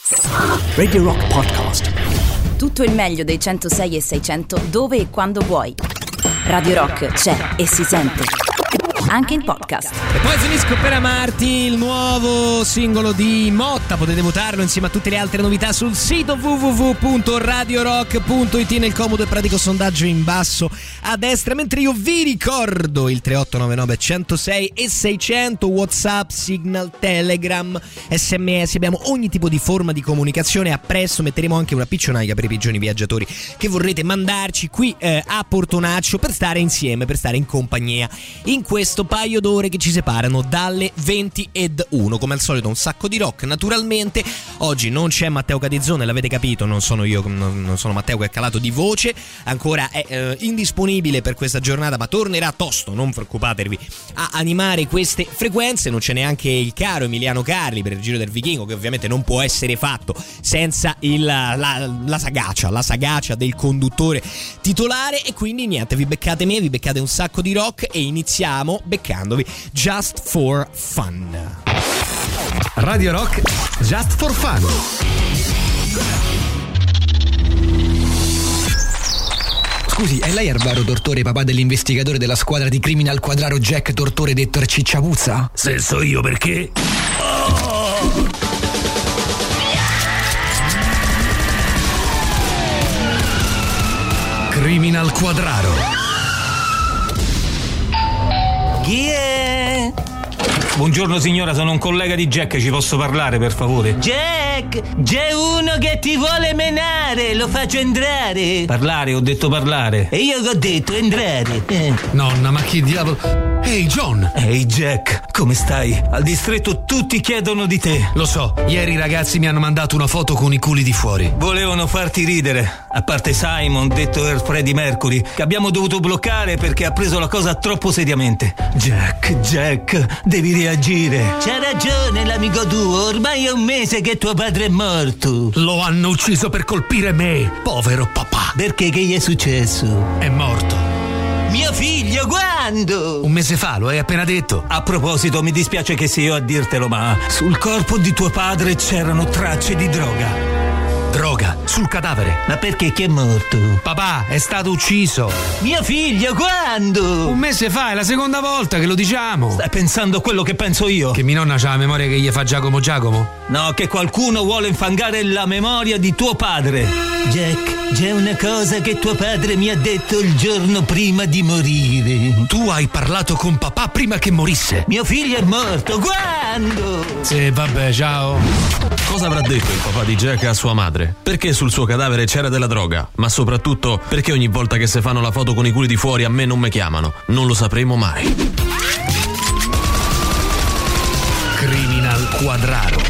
Radio Rock Podcast. Tutto il meglio dei 106 e 600 dove e quando vuoi. Radio Rock c'è e si sente anche in podcast. E poi finisco per amarti, il nuovo singolo di Motta. Potete votarlo insieme a tutte le altre novità sul sito www.radiorock.it nel comodo e pratico sondaggio in basso a destra, mentre io vi ricordo il 3899 106 e 600, WhatsApp, Signal, Telegram, SMS. Abbiamo ogni tipo di forma di comunicazione. A presto metteremo anche una piccionaia per i pigioni viaggiatori che vorrete mandarci qui a Portonaccio per stare insieme, per stare in compagnia in questo paio d'ore che ci separano dalle 20:01. Come al solito un sacco di rock, naturalmente. Oggi non c'è Matteo Catizzone, l'avete capito, non sono io, non sono Matteo che è calato di voce, ancora è indisponibile per questa giornata, ma tornerà tosto, non preoccupatevi, a animare queste frequenze. Non c'è neanche il caro Emiliano Carli per il Giro del Vichingo, che ovviamente non può essere fatto senza la sagacia del conduttore titolare, e quindi niente, vi beccate me, vi beccate un sacco di rock e iniziamo beccandovi Just for Fun. Radio Rock Just for Fun. Scusi, è lei Alvaro Tortore, papà dell'investigatore della squadra di Criminal Quadraro Jack Tortore detto Cicciapuzza? Se so io perché? Oh! Criminal Quadraro. Chi è? Buongiorno signora, sono un collega di Jack, ci posso parlare per favore? Jack, c'è uno che ti vuole menare, lo faccio entrare. Parlare, ho detto parlare. E io che ho detto entrare. Nonna, ma che diavolo... Ehi John! Ehi Jack, come stai? Al distretto tutti chiedono di te. Lo so, ieri i ragazzi mi hanno mandato una foto con i culi di fuori. Volevano farti ridere, a parte Simon, detto Freddie Mercury, che abbiamo dovuto bloccare perché ha preso la cosa troppo seriamente. Jack, devi reagire. C'ha ragione l'amico tuo, ormai è un mese che tuo padre è morto. Lo hanno ucciso per colpire me, povero papà. Perché che gli è successo? È morto. Mio figlio, quando? Un mese fa, lo hai appena detto. A proposito, mi dispiace che sia io a dirtelo, ma sul corpo di tuo padre c'erano tracce di droga. Droga? Sul cadavere? Ma perché chi è morto? Papà, è stato ucciso. Mio figlio, quando? Un mese fa, è la seconda volta che lo diciamo. Stai pensando quello che penso io? Che mia nonna c'ha la memoria che gli fa Giacomo? No, che qualcuno vuole infangare la memoria di tuo padre. Jack, c'è una cosa che tuo padre mi ha detto il giorno prima di morire. Tu hai parlato con papà prima che morisse. Mio figlio è morto, quando? Sì, vabbè, ciao. Cosa avrà detto il papà di Jack a sua madre? Perché sul suo cadavere c'era della droga? Ma soprattutto, perché ogni volta che se fanno la foto con i culi di fuori a me non mi chiamano? Non lo sapremo mai. Criminal Quadraro.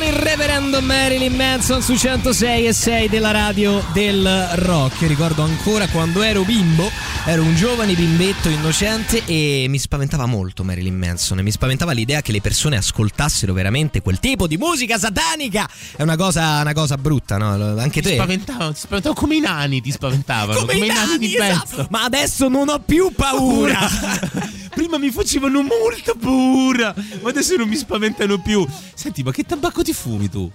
il reverendo Marilyn Manson su 106.6 della radio del rock. Io ricordo ancora quando ero bimbo, ero un giovane bimbetto innocente e mi spaventava molto Marilyn Manson, e mi spaventava l'idea che le persone ascoltassero veramente quel tipo di musica satanica. È una cosa brutta, no? Anche te. Ti spaventavo come i nani, ti spaventavano. Come i nani di esatto. Ma adesso non ho più paura. Prima mi facevano molta paura, ma adesso non mi spaventano più. Senti, ma che tabacco ti fumi tu?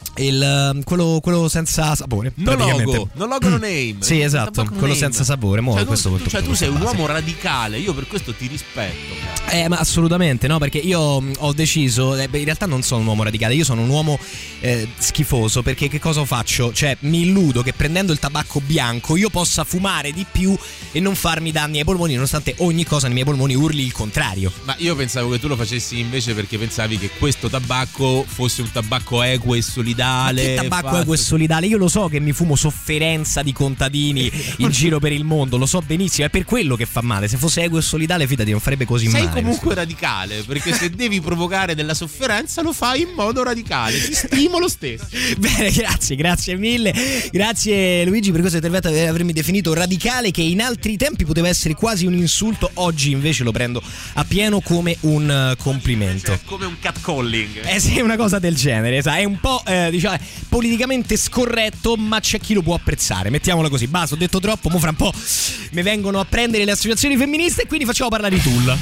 Quello senza sapore. No logo, no name. Sì, esatto, quello name. Senza sapore. Tu sei un uomo radicale, io per questo ti rispetto. Ma assolutamente no, perché io ho deciso, in realtà non sono un uomo radicale, io sono un uomo schifoso, perché che cosa faccio? Cioè mi illudo che prendendo il tabacco bianco io possa fumare di più e non farmi danni ai polmoni, nonostante ogni cosa nei miei polmoni urli il contrario. Ma io pensavo che tu lo facessi invece perché pensavi che questo tabacco fosse un tabacco equo e solidale. Ma che tabacco equo e solidale? Io lo so che mi fumo sofferenza di contadini in giro per il mondo, lo so benissimo, è per quello che fa male. Se fosse equo e solidale, fidati, non farebbe così male. Sei comunque radicale, perché se devi provocare della sofferenza lo fai in modo radicale, ti stimo lo stesso. Bene, grazie mille. Grazie Luigi per questo intervento, avermi definito radicale, che in altri tempi poteva essere quasi un insulto, oggi invece lo prendo a pieno come un complimento. Cioè, come un catcalling. Sì, una cosa del genere, è un po' diciamo politicamente scorretto, ma c'è chi lo può apprezzare, mettiamola così. Basta, ho detto troppo, mo fra un po' mi vengono a prendere le associazioni femministe e quindi facciamo parlare di Tool.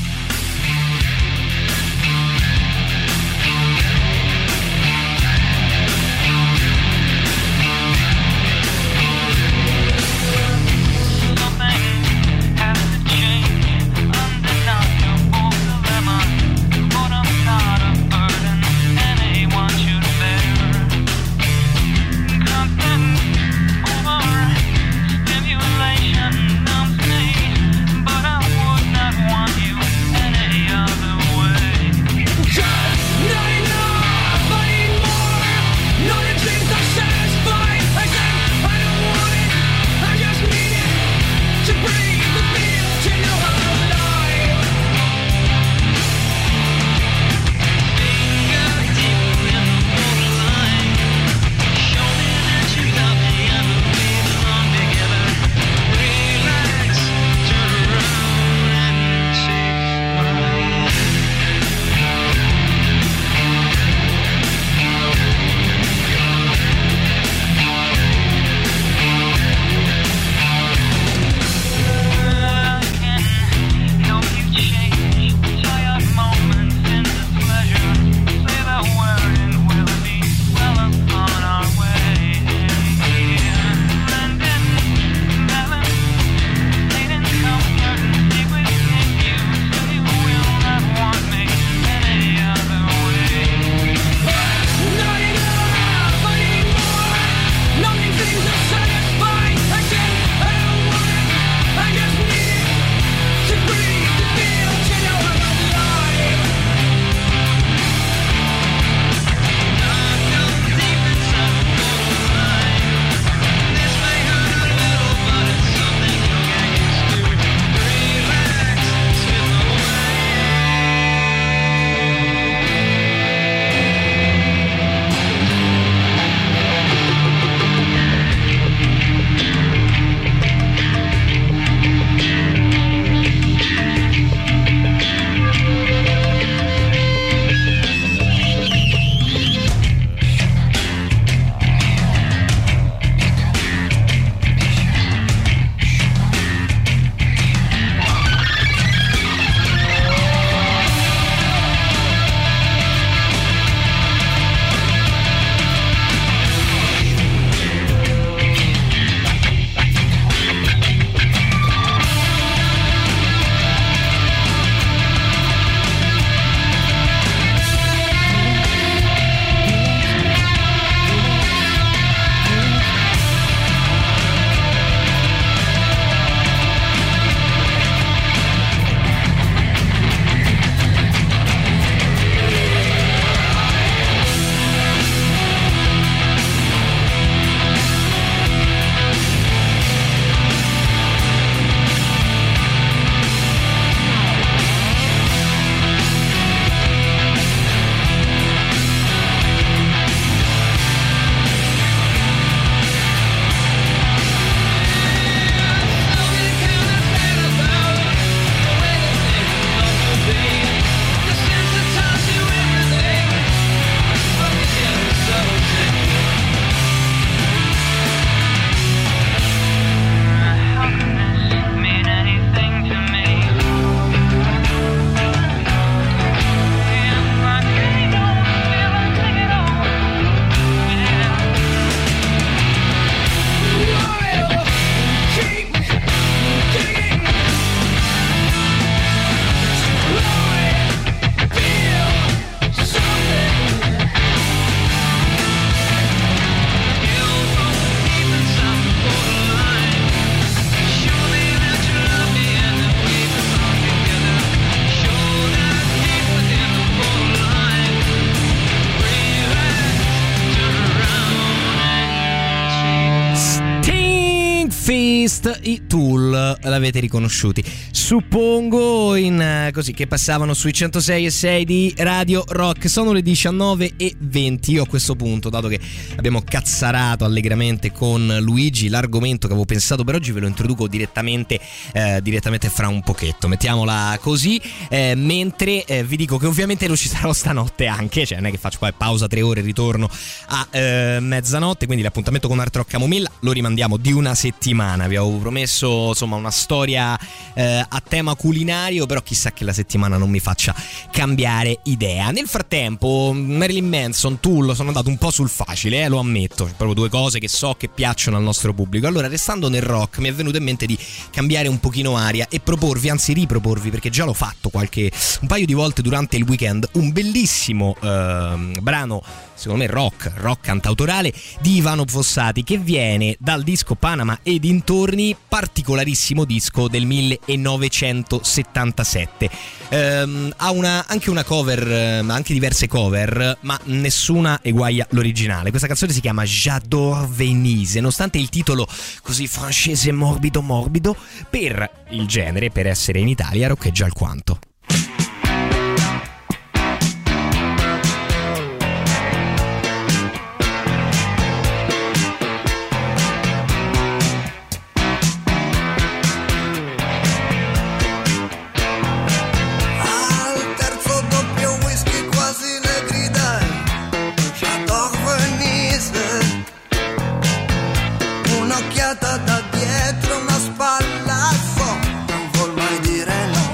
Stimulation numbs me, but I would not want you i Tool, l'avete riconosciuti, suppongo, così, che passavano sui 106.6 di Radio Rock. Sono le 19:20. Io a questo punto, dato che abbiamo cazzarato allegramente con Luigi, l'argomento che avevo pensato per oggi ve lo introduco direttamente fra un pochetto, mettiamola così, mentre vi dico che ovviamente lo ci sarò stanotte anche, cioè non è che faccio poi pausa 3 ore e ritorno a mezzanotte, quindi l'appuntamento con Art Rock Camomilla lo rimandiamo di una settimana. Vi avevo promesso insomma una storia a tema culinario, però chissà che la settimana non mi faccia cambiare idea. Nel frattempo Marilyn Manson, Tool, sono andato un po' sul facile, lo ammetto, proprio due cose che so che piacciono al nostro pubblico. Allora, restando nel rock, mi è venuto in mente di cambiare un pochino aria e proporvi, anzi riproporvi, perché già l'ho fatto un paio di volte durante il weekend, un bellissimo brano, secondo me rock cantautorale di Ivano Fossati, che viene dal disco Panama e dintorni, particolarissimo disco del 1977. Ha anche una cover, anche diverse cover, ma nessuna eguaglia l'originale. Questa canzone si chiama J'adore Venise, nonostante il titolo così francese morbido, per il genere, per essere in Italia, roccheggia alquanto. Da dietro una spalla, non vuol mai dire no.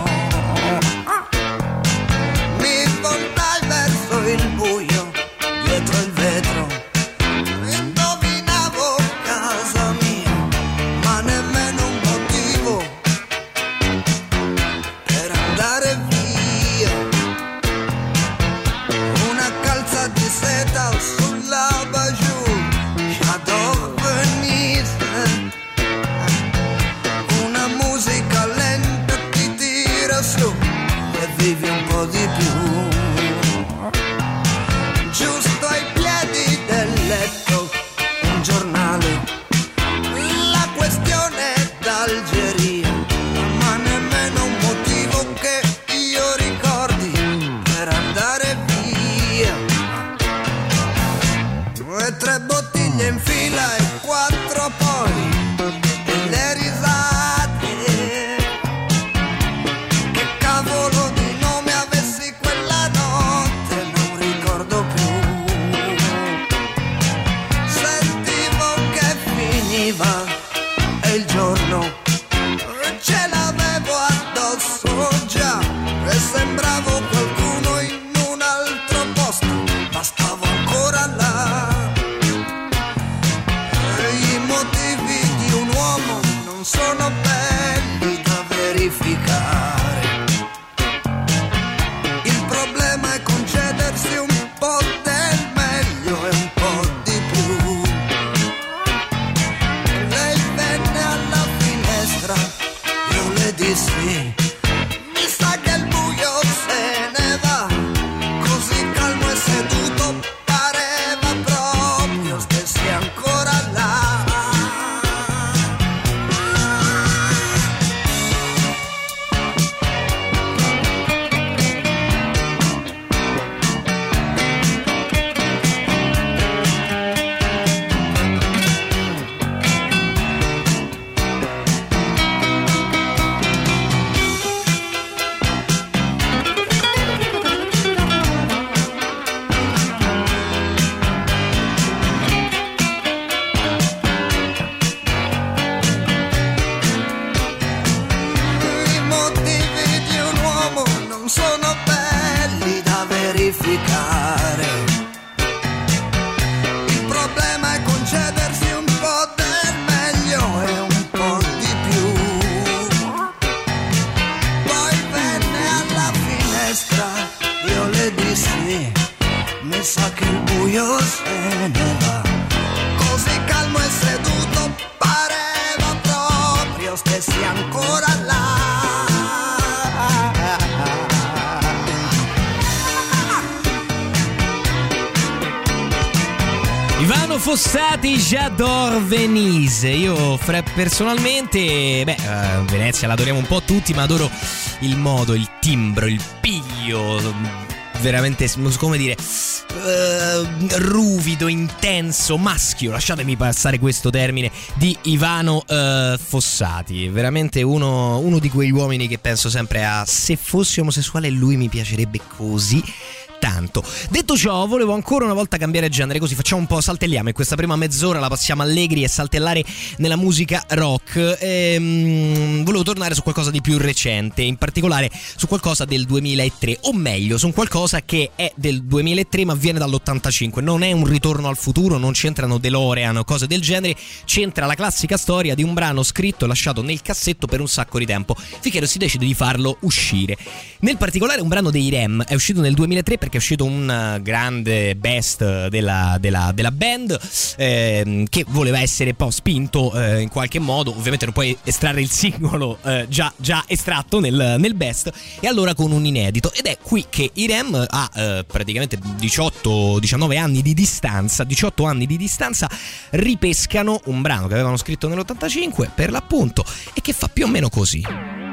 Fossati, J'adore Venise. Io personalmente, Venezia l'adoriamo un po' tutti, ma adoro il modo, il timbro, il piglio, veramente, come dire, ruvido, intenso, maschio, lasciatemi passare questo termine, di Ivano Fossati. Veramente uno di quegli uomini che penso sempre a: se fossi omosessuale lui mi piacerebbe così tanto. Detto ciò, volevo ancora una volta cambiare genere, così facciamo un po', saltelliamo, e questa prima mezz'ora la passiamo allegri e saltellare nella musica rock. Volevo tornare su qualcosa di più recente, in particolare su qualcosa del 2003, o meglio su qualcosa che è del 2003 ma viene dall'85. Non è un ritorno al futuro, non c'entrano DeLorean o cose del genere, c'entra la classica storia di un brano scritto e lasciato nel cassetto per un sacco di tempo finché si decide di farlo uscire. Nel particolare un brano dei Rem, è uscito nel 2003 perché è uscito un grande best della band, che voleva essere poi spinto in qualche modo. Ovviamente non puoi estrarre il singolo già estratto nel best, e allora con un inedito. Ed è qui che i Rem a praticamente 18-19 anni di distanza, 18 anni di distanza, ripescano un brano che avevano scritto nell'85 per l'appunto, e che fa più o meno così.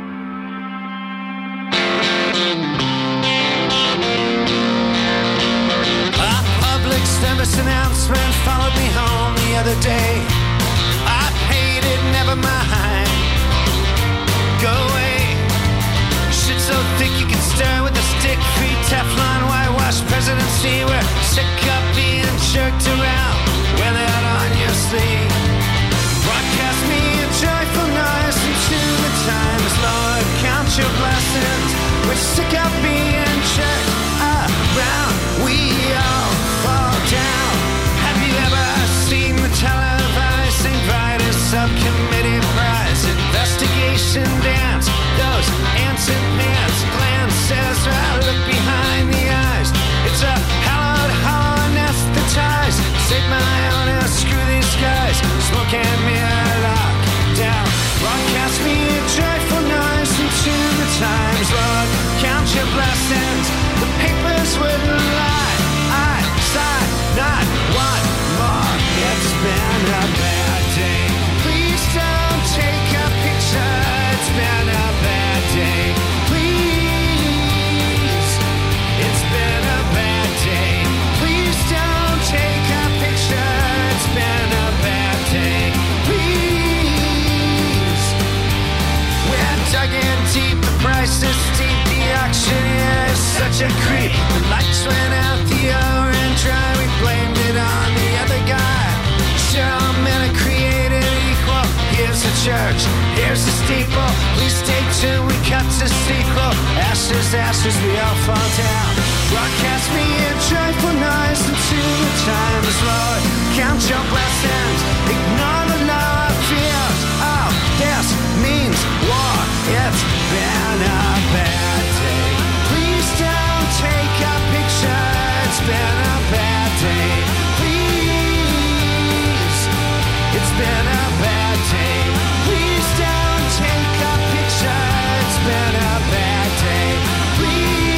Service announcement followed me home the other day. I paid it, never mind. Go away. Shit so thick you can stir with a stick. Free Teflon, whitewash presidency. We're sick of being jerked around when they're on your sleeve. Broadcast me a joyful noise into the times. Lord, count your blessings. We're sick of being jerked around. We all fall down. Have you ever seen the televising brightest subcommittee prize investigation dance? Those ants and pants glances, look behind the eyes. It's a hallowed hollow anesthetized. Save my honor, screw these guys. Smoke and mirror lock down. Broadcast me a joyful noise into the times. Lord, count your blessings. The papers wouldn't lie. I sigh, not one more. It's been a bad day. Please don't take a picture. It's been a bad day. Please, it's been a bad day. Please don't take a picture. It's been a bad day. Please, we're dug in deep. The price is steep. The auctioneer is such a creep. The lights went out, the orange dry. We blamed it on the other guy. Sure, all men are created equal. Here's the church, here's the steeple. Please stay tuned, we cut to sequel. Ashes, ashes, we all fall down. Broadcast me a joyful noise into the times. Lord, count your blessings. Ignore the law of fears. Oh, this means war. It's been a bad day. Please don't take a picture. It's been a bad day. Please, it's been a bad day. Please don't take a picture. It's been a bad day. Please.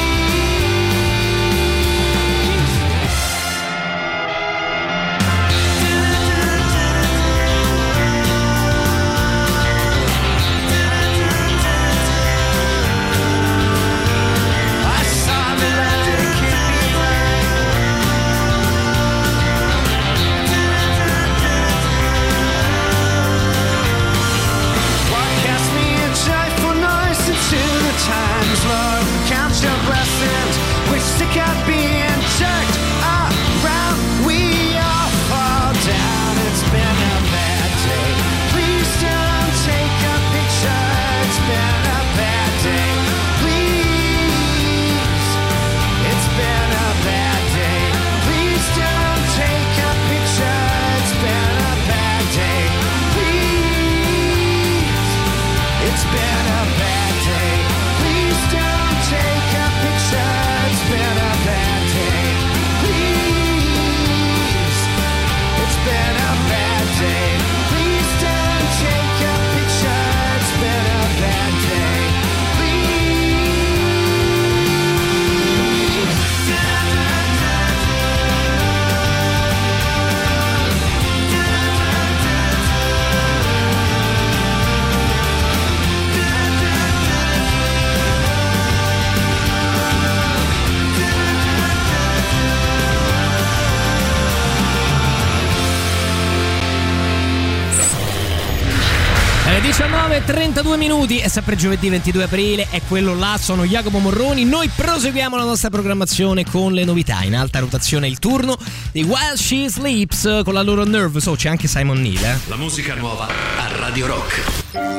19:32 minuti, è sempre giovedì 22 aprile, è quello là, sono Jacopo Morroni. Noi proseguiamo la nostra programmazione con le novità. In alta rotazione il turno di While She Sleeps con la loro Nerve. So, c'è anche Simon Neal, La musica nuova a Radio Rock.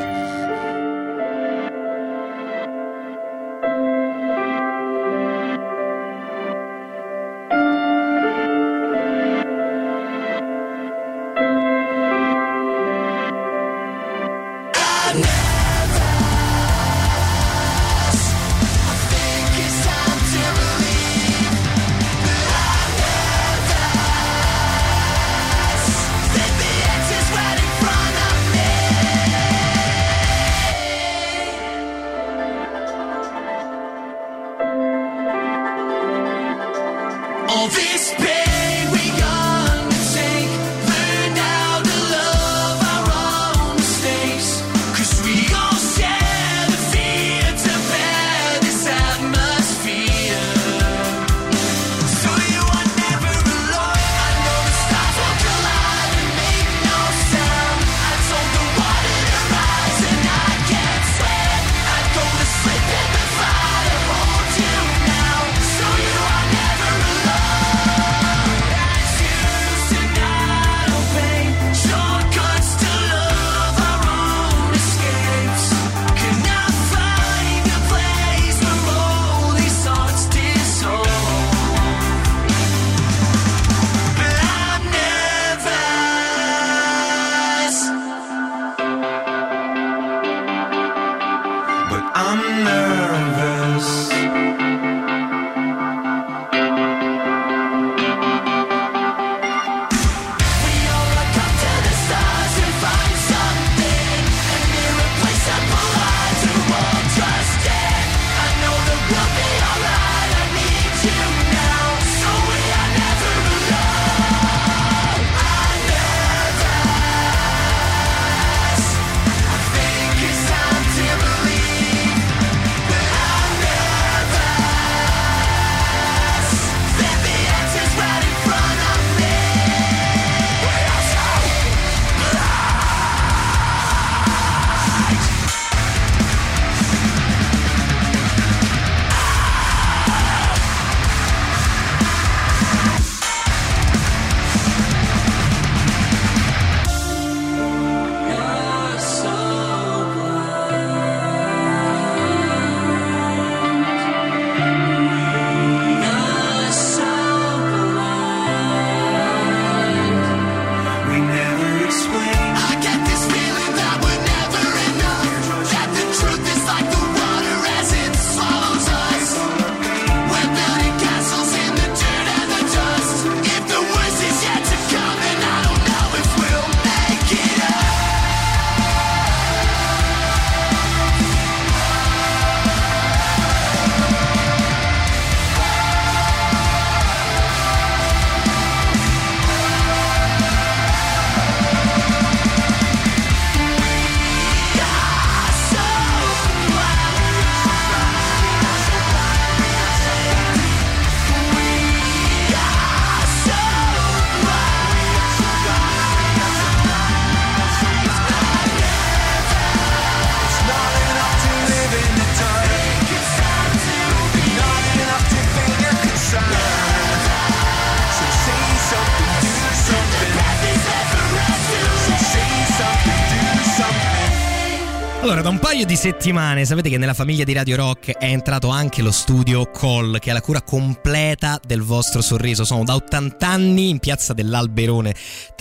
Allora, da un paio di settimane sapete che nella famiglia di Radio Rock è entrato anche lo studio Call, che ha la cura completa del vostro sorriso. Sono da 80 anni in piazza dell'Alberone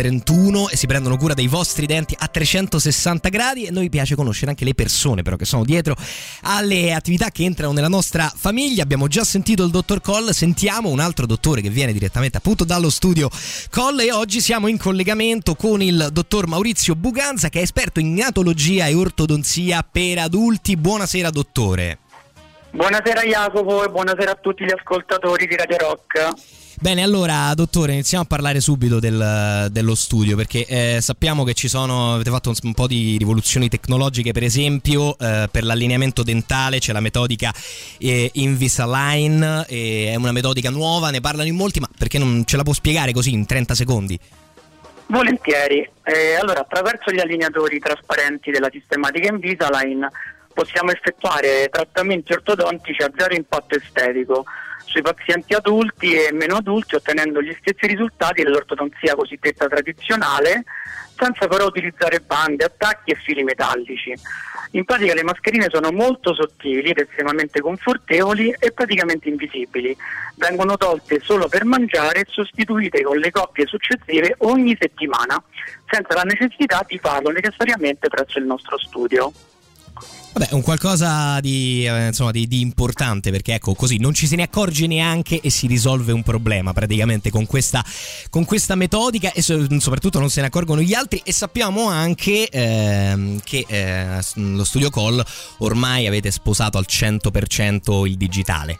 31 e si prendono cura dei vostri denti a 360 gradi, e noi piace conoscere anche le persone però che sono dietro alle attività che entrano nella nostra famiglia. Abbiamo già sentito il dottor Call, sentiamo un altro dottore che viene direttamente appunto dallo studio Call, e oggi siamo in collegamento con il dottor Maurizio Buganza, che è esperto in gnatologia e ortodonzia per adulti. Buonasera dottore. Buonasera Jacopo e buonasera a tutti gli ascoltatori di Radio Rock. Bene, allora dottore, iniziamo a parlare subito dello studio, perché sappiamo che avete fatto un po' di rivoluzioni tecnologiche. Per esempio per l'allineamento dentale c'è la metodica Invisalign, è una metodica nuova, ne parlano in molti, ma perché non ce la può spiegare così in 30 secondi? Volentieri. Allora, attraverso gli allineatori trasparenti della sistematica Invisalign possiamo effettuare trattamenti ortodontici a zero impatto estetico sui pazienti adulti e meno adulti, ottenendo gli stessi risultati dell'ortodonzia cosiddetta tradizionale, senza però utilizzare bande, attacchi e fili metallici. In pratica le mascherine sono molto sottili ed estremamente confortevoli e praticamente invisibili. Vengono tolte solo per mangiare e sostituite con le coppie successive ogni settimana, senza la necessità di farlo necessariamente presso il nostro studio. Vabbè, un qualcosa di importante, perché ecco, così non ci se ne accorge neanche e si risolve un problema praticamente con questa metodica, e soprattutto non se ne accorgono gli altri. E sappiamo anche che lo Studio Call ormai avete sposato al 100% il digitale.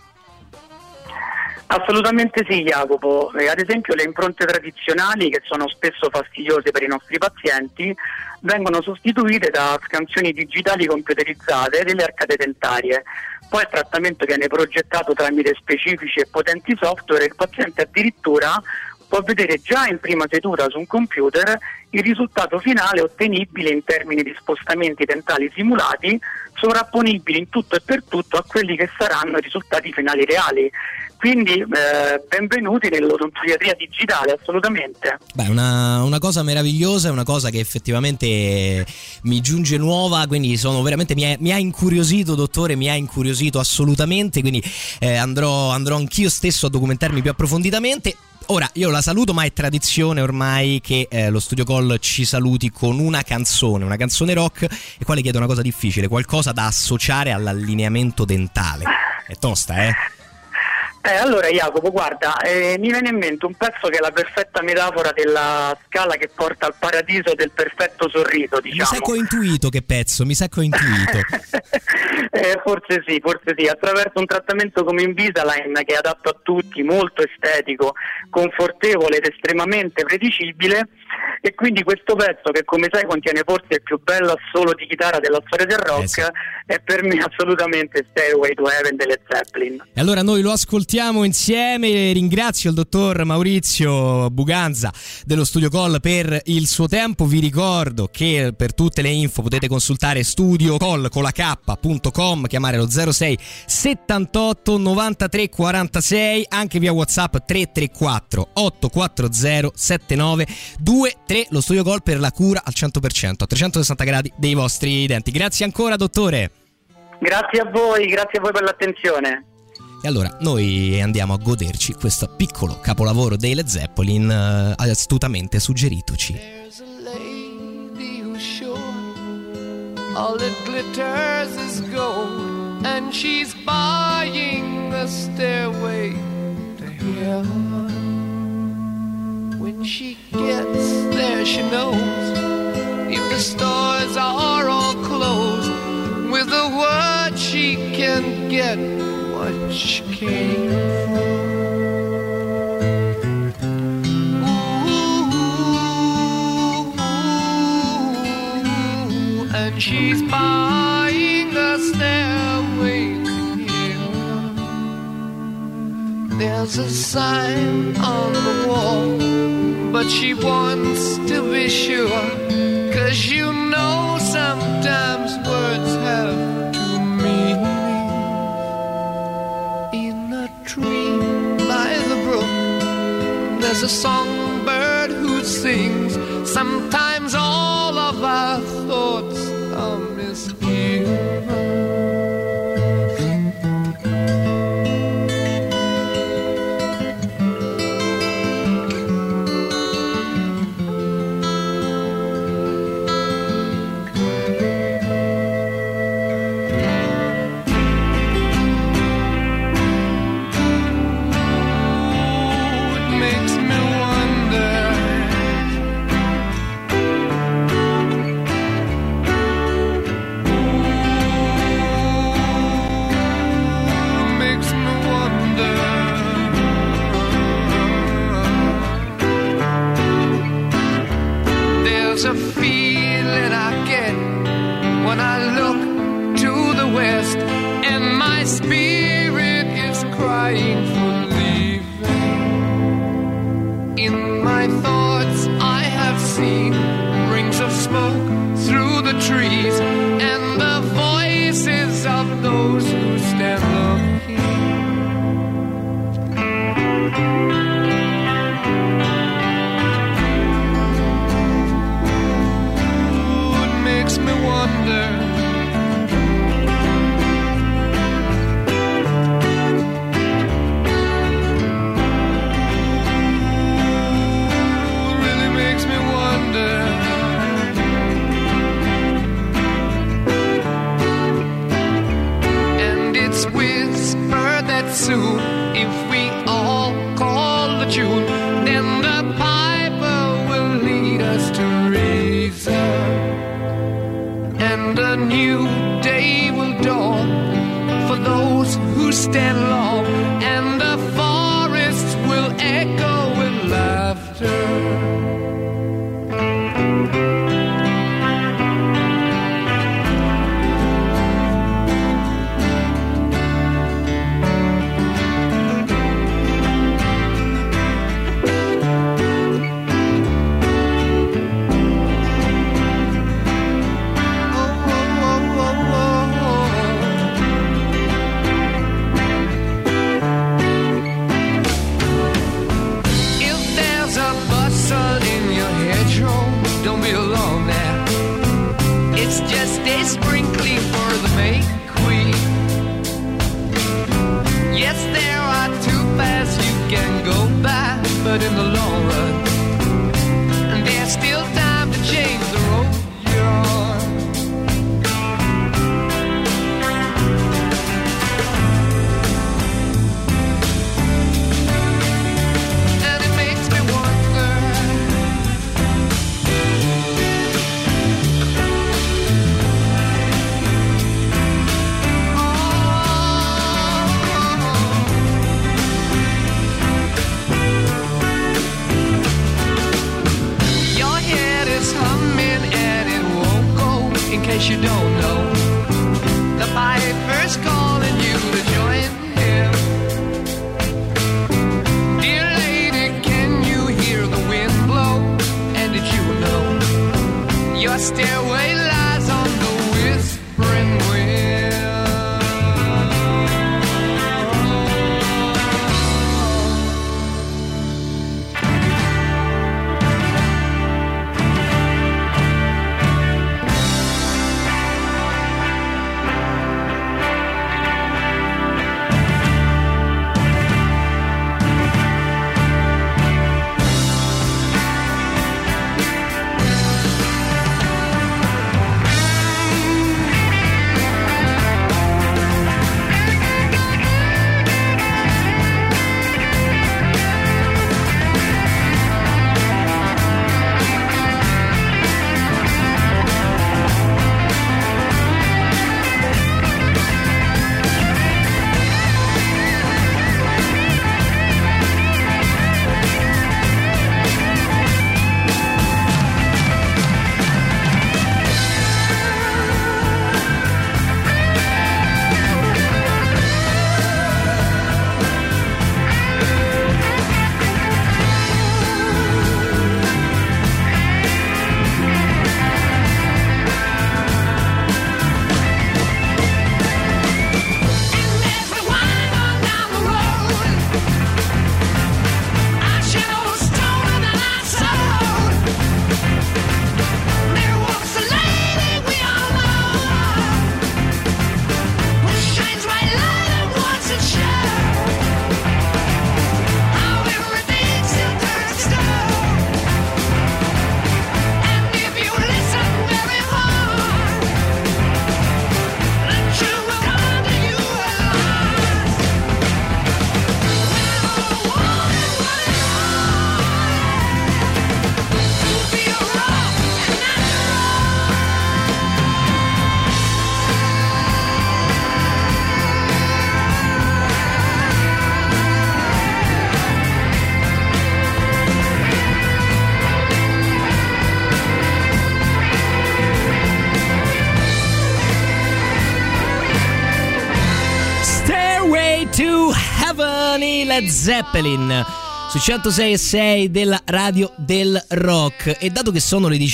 Assolutamente sì, Jacopo. Ad esempio le impronte tradizionali, che sono spesso fastidiose per i nostri pazienti, vengono sostituite da scansioni digitali computerizzate delle arcate dentarie. Poi il trattamento viene progettato tramite specifici e potenti software e il paziente addirittura può vedere già in prima seduta su un computer il risultato finale ottenibile in termini di spostamenti dentali simulati, sovrapponibili in tutto e per tutto a quelli che saranno i risultati finali reali. Quindi benvenuti nell'odontoiatria digitale, assolutamente. Beh, una cosa meravigliosa, è una cosa che effettivamente mi giunge nuova, quindi sono veramente mi ha incuriosito, dottore, mi ha incuriosito assolutamente, quindi andrò anch'io stesso a documentarmi più approfonditamente. Ora io la saluto, ma è tradizione ormai che lo Studio Call ci saluti con una canzone rock, e qua le chiedo una cosa difficile, qualcosa da associare all'allineamento dentale. È tosta, Allora Jacopo, guarda, mi viene in mente un pezzo che è la perfetta metafora della scala che porta al paradiso del perfetto sorriso, diciamo. Mi sa che ho intuito che pezzo, Forse sì, attraverso un trattamento come Invisalign, che è adatto a tutti, molto estetico, confortevole ed estremamente predicibile. E quindi questo pezzo, che come sai contiene forse il più bello assolo di chitarra della storia del rock, è per me assolutamente Stairway to Heaven delle Zeppelin. E allora noi lo ascoltiamo insieme. Ringrazio il dottor Maurizio Buganza dello Studio Call per il suo tempo. Vi ricordo che per tutte le info potete consultare studiocall.com, chiamare lo 06 78 93 46, anche via WhatsApp 334 840 7923. Lo Studio Call per la cura al 100% a 360 gradi dei vostri denti. Grazie ancora, dottore. Grazie a voi per l'attenzione. E allora noi andiamo a goderci questo piccolo capolavoro dei Led Zeppelin, astutamente suggeritoci. There's a lady who's sure all that glitters is gold, and she's buying a stairway to heaven. When she gets there, she knows if the stores are all closed, with a word she can get what she came for. Ooh, and she's buying a stairway to heaven. There's a sign on the wall, but she wants to be sure, 'cause you know sometimes words have two meanings. In a tree by the brook, there's a songbird who sings. Sometimes all of our thoughts are misgiven. soon. If we all call the tune, then the piper will lead us to reason, and a new day will dawn for those who stand long, and the forests will echo with laughter. Just a sprinkling for the May Queen. Yes, there are two paths you can go by, but in the long run, there's still time to change the road you're on. And it makes me wonder, in case you don't know, the piper's calling you to join him. Dear lady, can you hear the wind blow? And did you know your stairway lies on the whispering wind? Led Zeppelin su 106.6 della Radio del Rock. E dato che sono le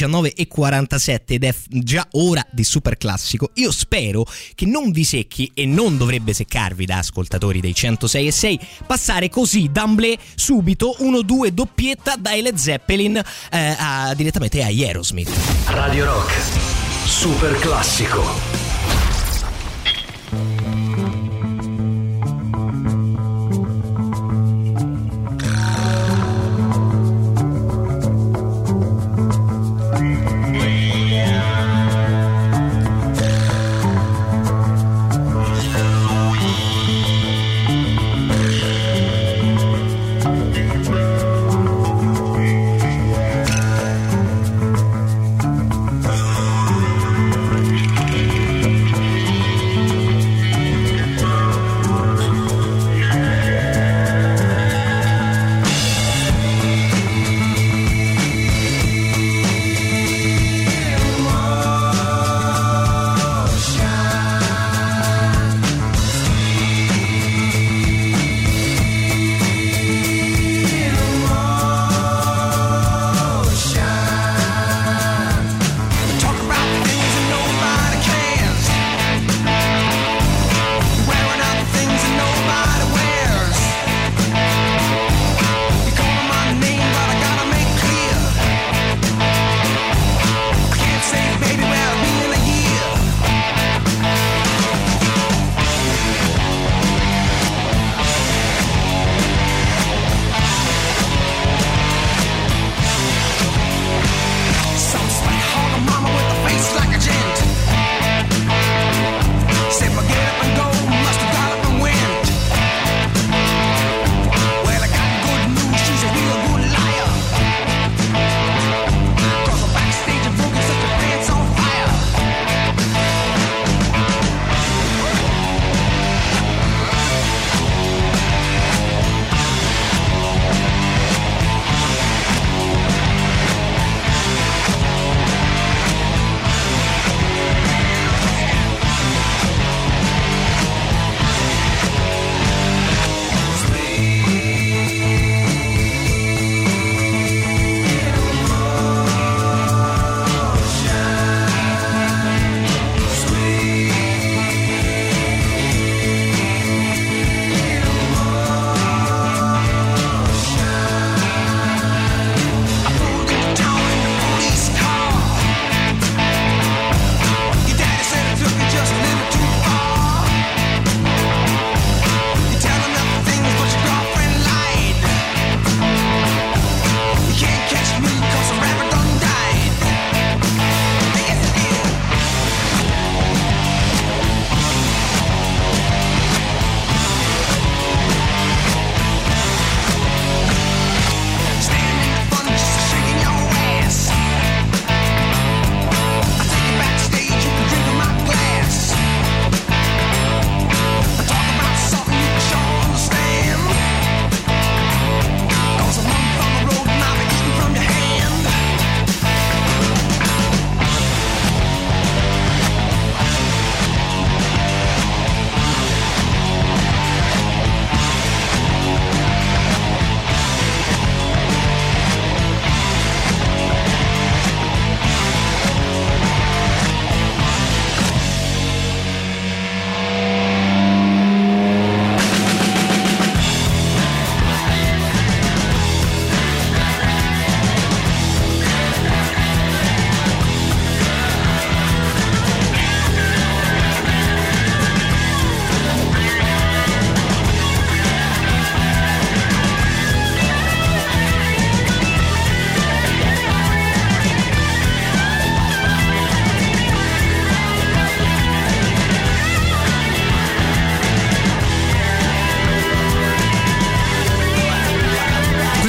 19.47 ed è già ora di super classico, io spero che non vi secchi, e non dovrebbe seccarvi da ascoltatori dei 106.6, passare così d'amblè subito 1-2 doppietta dai Led Zeppelin direttamente a Aerosmith. Radio Rock super classico.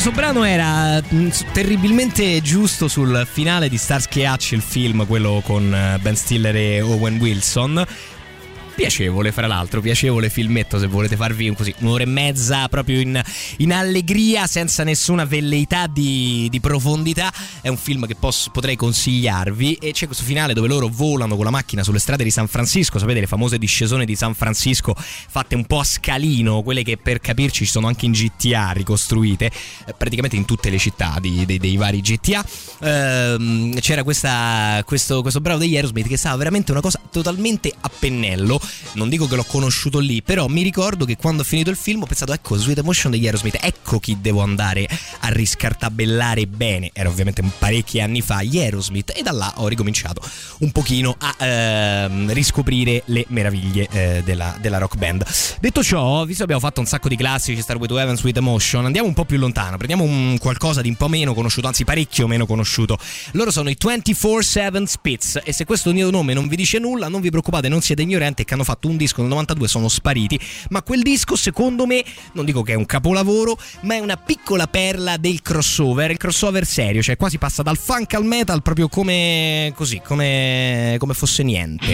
questo brano era terribilmente giusto sul finale di Starsky e Hutch, il film, quello con Ben Stiller e Owen Wilson. Piacevole, fra l'altro, piacevole filmetto, se volete farvi così un'ora e mezza proprio in allegria, senza nessuna velleità di profondità. È un film che potrei consigliarvi. E c'è questo finale dove loro volano con la macchina sulle strade di San Francisco, sapete, le famose discesone di San Francisco fatte un po' a scalino, quelle che per capirci ci sono anche in GTA ricostruite, praticamente in tutte le città dei vari GTA. C'era questo brano degli Aerosmith che stava veramente una cosa totalmente a pennello. Non dico che l'ho conosciuto lì, però mi ricordo che quando ho finito il film ho pensato, ecco, Sweet Emotion degli Aerosmith, ecco chi devo andare a riscartabellare bene. Era ovviamente parecchi anni fa, gli Aerosmith, e da là ho ricominciato un pochino a riscoprire le meraviglie della rock band. Detto ciò, visto che abbiamo fatto un sacco di classici, Starway to Heaven, Sweet Emotion, andiamo un po' più lontano, prendiamo qualcosa di un po' meno conosciuto, anzi parecchio meno conosciuto. Loro sono i 24/7 Spitz, e se questo nome non vi dice nulla, non vi preoccupate, non siete ignoranti, che hanno fatto un disco nel 92, sono spariti, ma quel disco secondo me, non dico che è un capolavoro, ma è una piccola perla del crossover, il crossover serio, cioè quasi passa dal funk al metal proprio come fosse niente.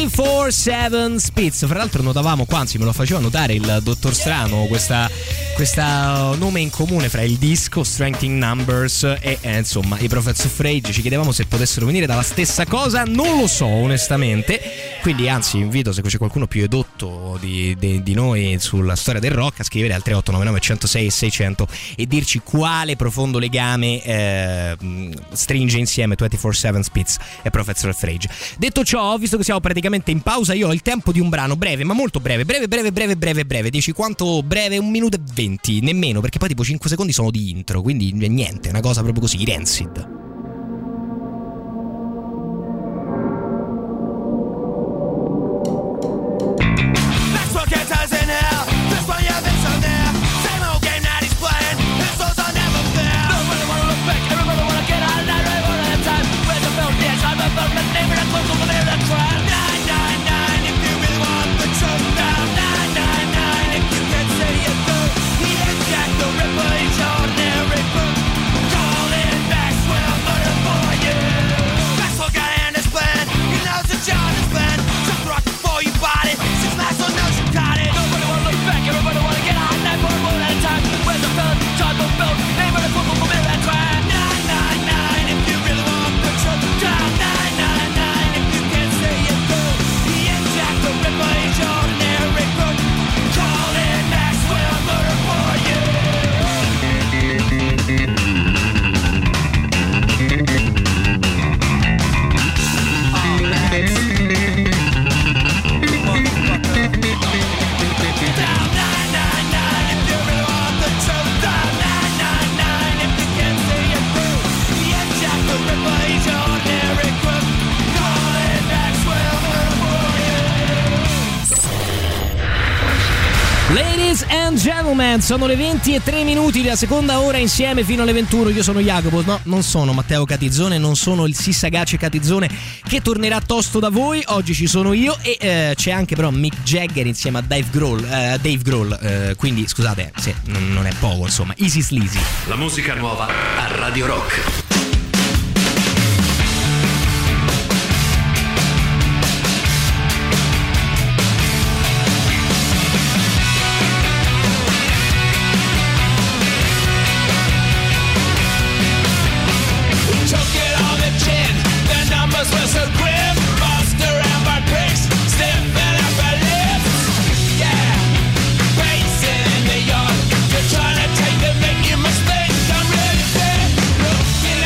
24/7 Spitz. Fra l'altro notavamo qua, anzi me lo faceva notare il dottor Strano, questa nome in comune fra il disco Strength in Numbers e insomma i Prophets of Rage. Ci chiedevamo se potessero venire dalla stessa cosa, non lo so onestamente, quindi anzi invito, se c'è qualcuno più edotto di noi sulla storia del rock, a scrivere al 3899 106 e 600 e dirci quale profondo legame stringe insieme 24/7 Spitz e Prophets of Rage. Detto ciò, visto che siamo praticamente in pausa, io ho il tempo di un brano breve, ma molto breve. Dici quanto breve? 1 minuto e 20, nemmeno, perché poi tipo 5 secondi sono di intro, quindi niente, una cosa proprio così, Rancid. Ladies and gentlemen, sono le 20:03 della seconda ora insieme fino alle 21. Io sono Jacopo, no, non sono Matteo Catizzone, non sono il sì sagace Catizzone che tornerà tosto da voi. Oggi ci sono io e c'è anche però Mick Jagger insieme a Dave Grohl, quindi scusate se non è poco, insomma, easy sleazy. La musica nuova a Radio Rock. Trying to take the making mistakes. I'm ready to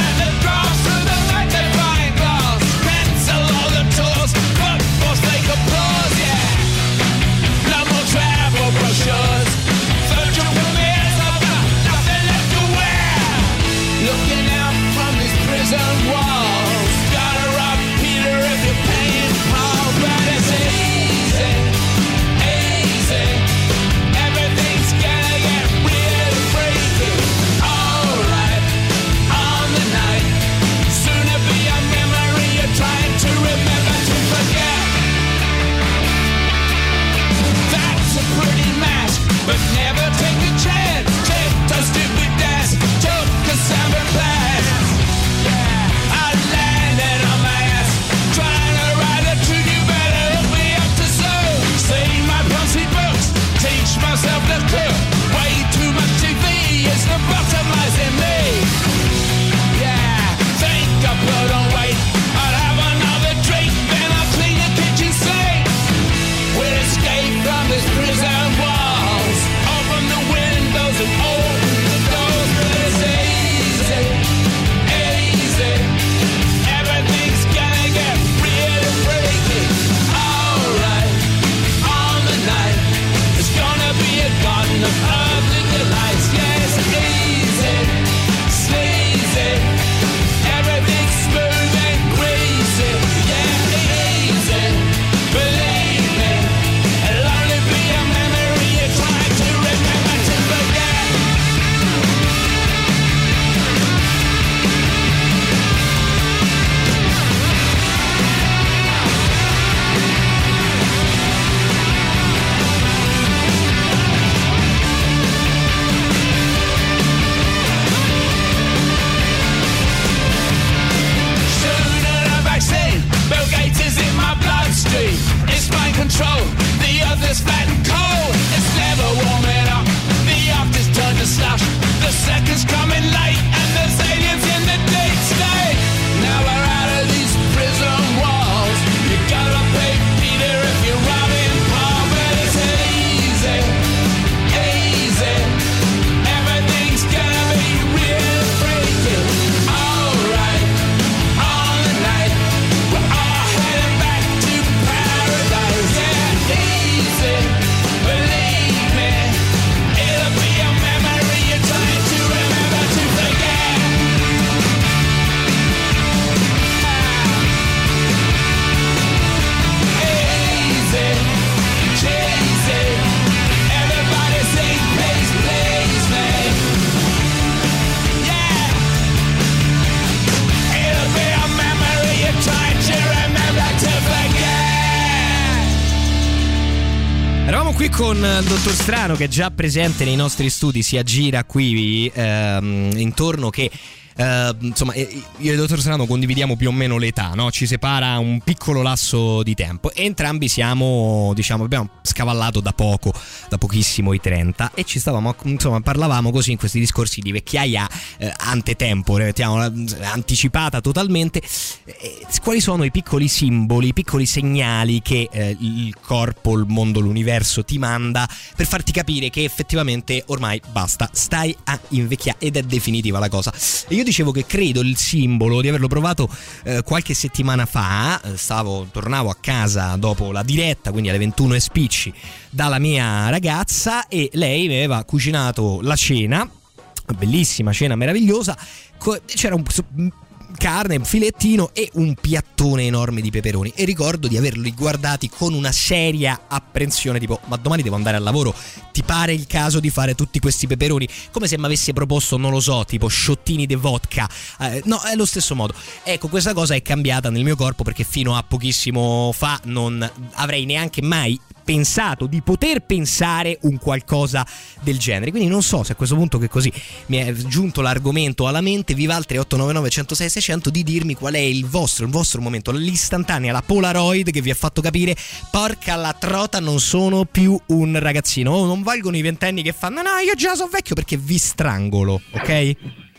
con il dottor Strano che è già presente nei nostri studi, si aggira qui intorno, che insomma io e il dottor Strano condividiamo più o meno l'età, no? Ci separa un piccolo lasso di tempo e entrambi siamo, diciamo, abbiamo scavallato da pochissimo i 30 e ci stavamo, insomma, parlavamo così in questi discorsi di vecchiaia antetempo, anticipata totalmente. Quali sono i piccoli simboli, i piccoli segnali che il corpo, il mondo, l'universo ti manda per farti capire che effettivamente ormai basta, stai a invecchiare ed è definitiva la cosa? E io dicevo che credo il simbolo di averlo provato qualche settimana fa. Tornavo a casa dopo la diretta, quindi alle 21 e spicci, dalla mia ragazza, e lei mi aveva cucinato la cena, bellissima cena meravigliosa, c'era un carne, un filettino e un piattone enorme di peperoni, e ricordo di averli guardati con una seria apprensione, tipo: ma domani devo andare al lavoro, ti pare il caso di fare tutti questi peperoni? Come se mi avesse proposto, non lo so, tipo sciottini di vodka. No, è lo stesso modo. Ecco, questa cosa è cambiata nel mio corpo, perché fino a pochissimo fa non avrei neanche mai pensato di poter pensare un qualcosa del genere. Quindi non so se a questo punto, che così mi è giunto l'argomento alla mente, vi va al 3899 106 600 di dirmi qual è il vostro momento, l'istantanea, la Polaroid che vi ha fatto capire: porca la trota, non sono più un ragazzino, o non valgono i 20 anni che fanno no, io già sono vecchio, perché vi strangolo, ok? Well,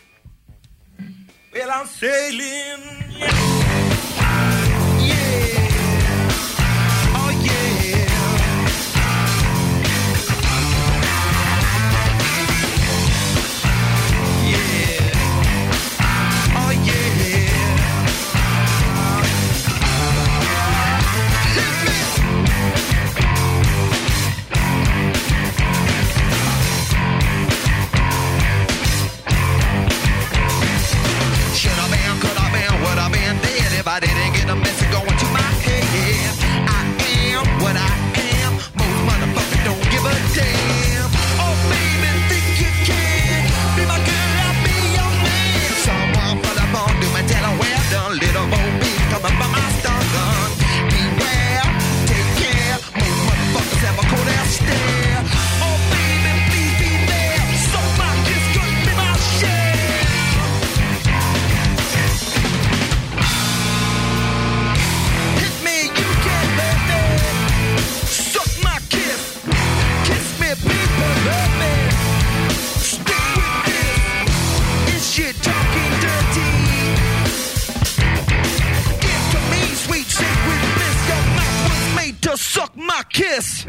I'm sailing, yeah. Oh yeah. I didn't get a message going to my head. I am what I am. Most motherfuckers don't give a damn. Oh baby, think you can be my girl, I'll be your man. Someone put up on do my tell her well done. Little Bo Peep coming by my stun gun. Beware, take care. Most motherfuckers have a cold ass stare. Oh baby, please be there. So my kiss could be my share. Suck my kiss.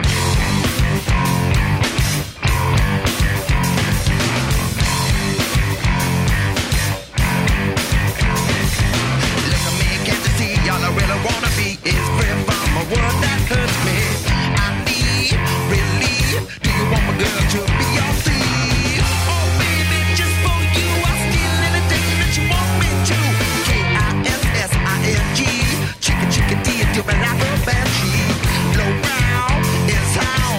Look at me, can't you see? All I really wanna be is free from a world that hurts me. I need relief. Do you want my girl to be your thief? Oh baby, just for you, I'll steal anything that you want me to. K-I-S-S-I-N-G. Chicken, chicken, D, do me like a banshee. Low brow is how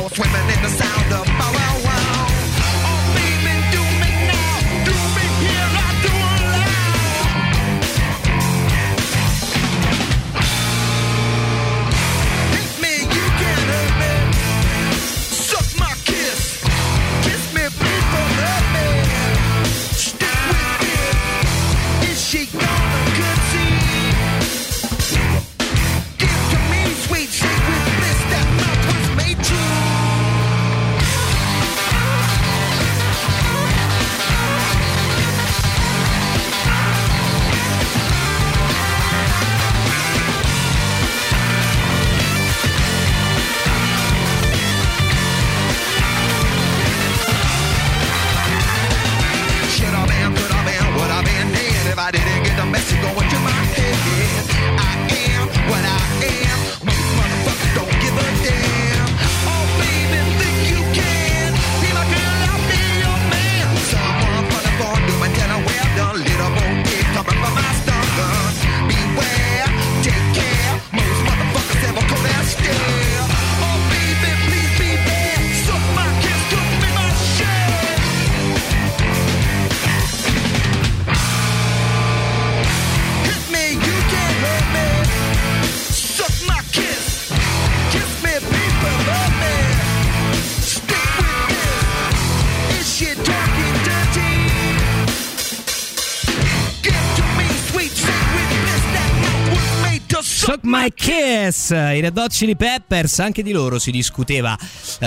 Suck My Kiss, i Red Hot Chili Peppers. Anche di loro si discuteva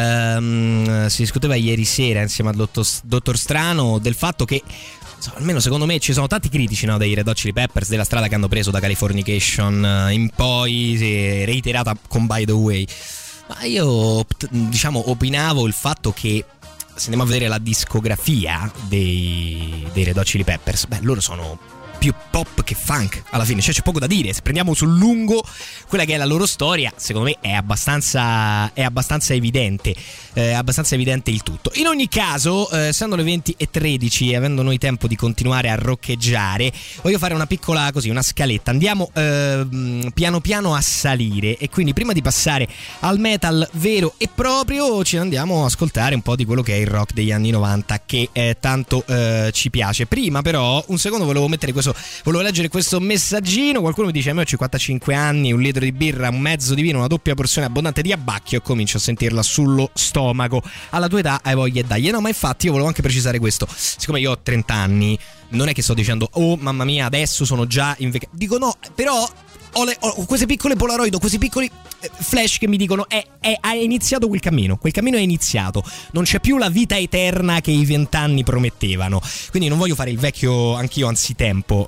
ieri sera insieme al Dottor Strano del fatto che, almeno secondo me, ci sono tanti critici, no, dei Red Hot Chili Peppers, della strada che hanno preso da Californication in poi, reiterata con By the Way. Ma io, diciamo, opinavo il fatto che, se andiamo a vedere la discografia dei Red Hot Chili Peppers, loro sono più pop che funk alla fine, cioè c'è poco da dire. Se prendiamo sul lungo quella che è la loro storia, secondo me è abbastanza evidente, abbastanza evidente il tutto. In ogni caso, essendo le 20:13 e avendo noi tempo di continuare a roccheggiare, voglio fare una piccola, così, una scaletta. Andiamo piano piano a salire, e quindi prima di passare al metal vero e proprio ci andiamo a ascoltare un po' di quello che è il rock degli anni 90 che tanto ci piace. Prima però, un secondo, volevo leggere questo messaggino. Qualcuno mi dice: a me ho 55 anni, un litro di birra, un mezzo di vino, una doppia porzione abbondante di abbacchio, comincio a sentirla sullo stomaco. Alla tua età hai voglia e dai. No, ma infatti io volevo anche precisare questo. Siccome io ho 30 anni, non è che sto dicendo oh mamma mia adesso sono già invecchiato. Dico no, però ho queste piccole Polaroid, ho questi piccoli flash che mi dicono è iniziato quel cammino è iniziato, non c'è più la vita eterna che i 20 anni promettevano. Quindi non voglio fare il vecchio anch'io anzitempo,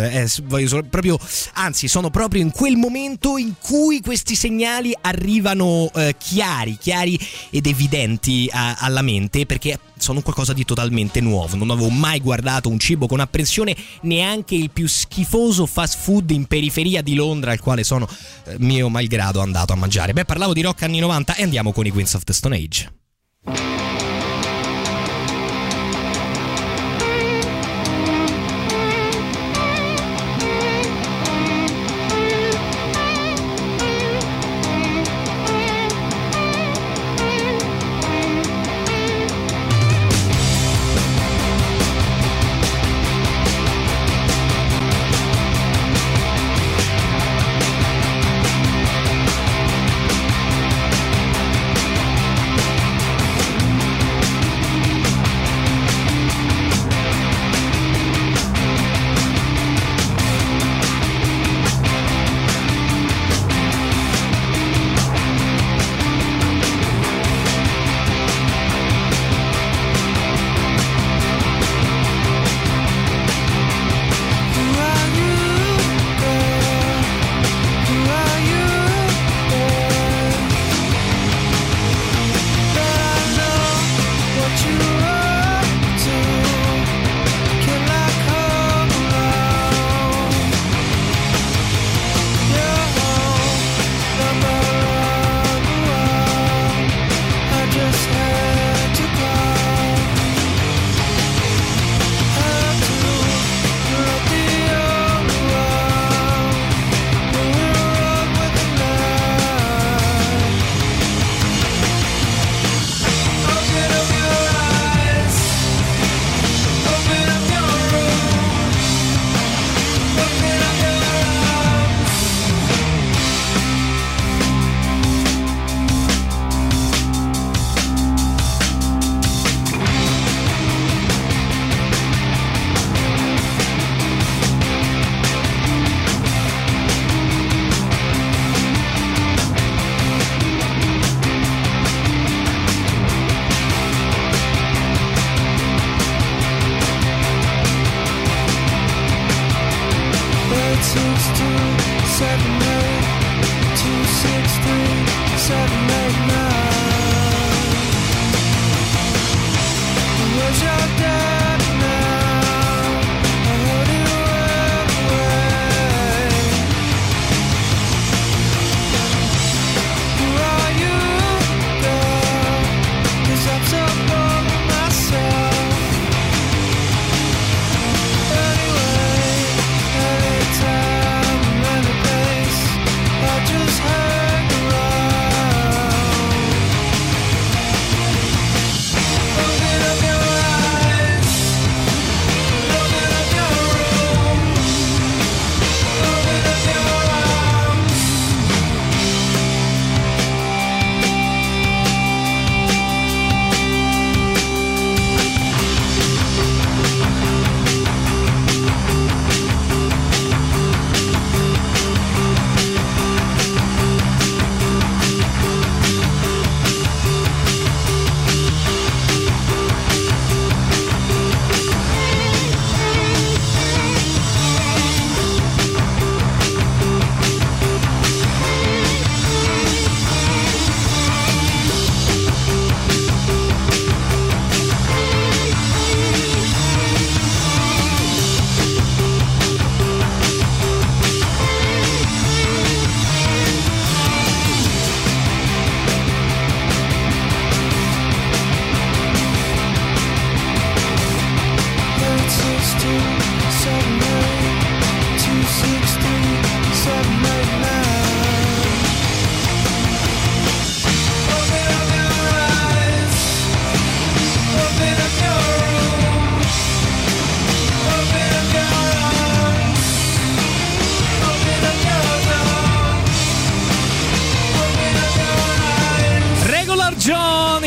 anzi sono proprio in quel momento in cui questi segnali arrivano chiari ed evidenti alla mente, perché sono qualcosa di totalmente nuovo. Non avevo mai guardato un cibo con apprensione, neanche il più schifoso fast food in periferia di Londra, al quale sono mio malgrado andato a mangiare. Parlavo di rock anni 90 e andiamo con i Queens of the Stone Age. Just hang around.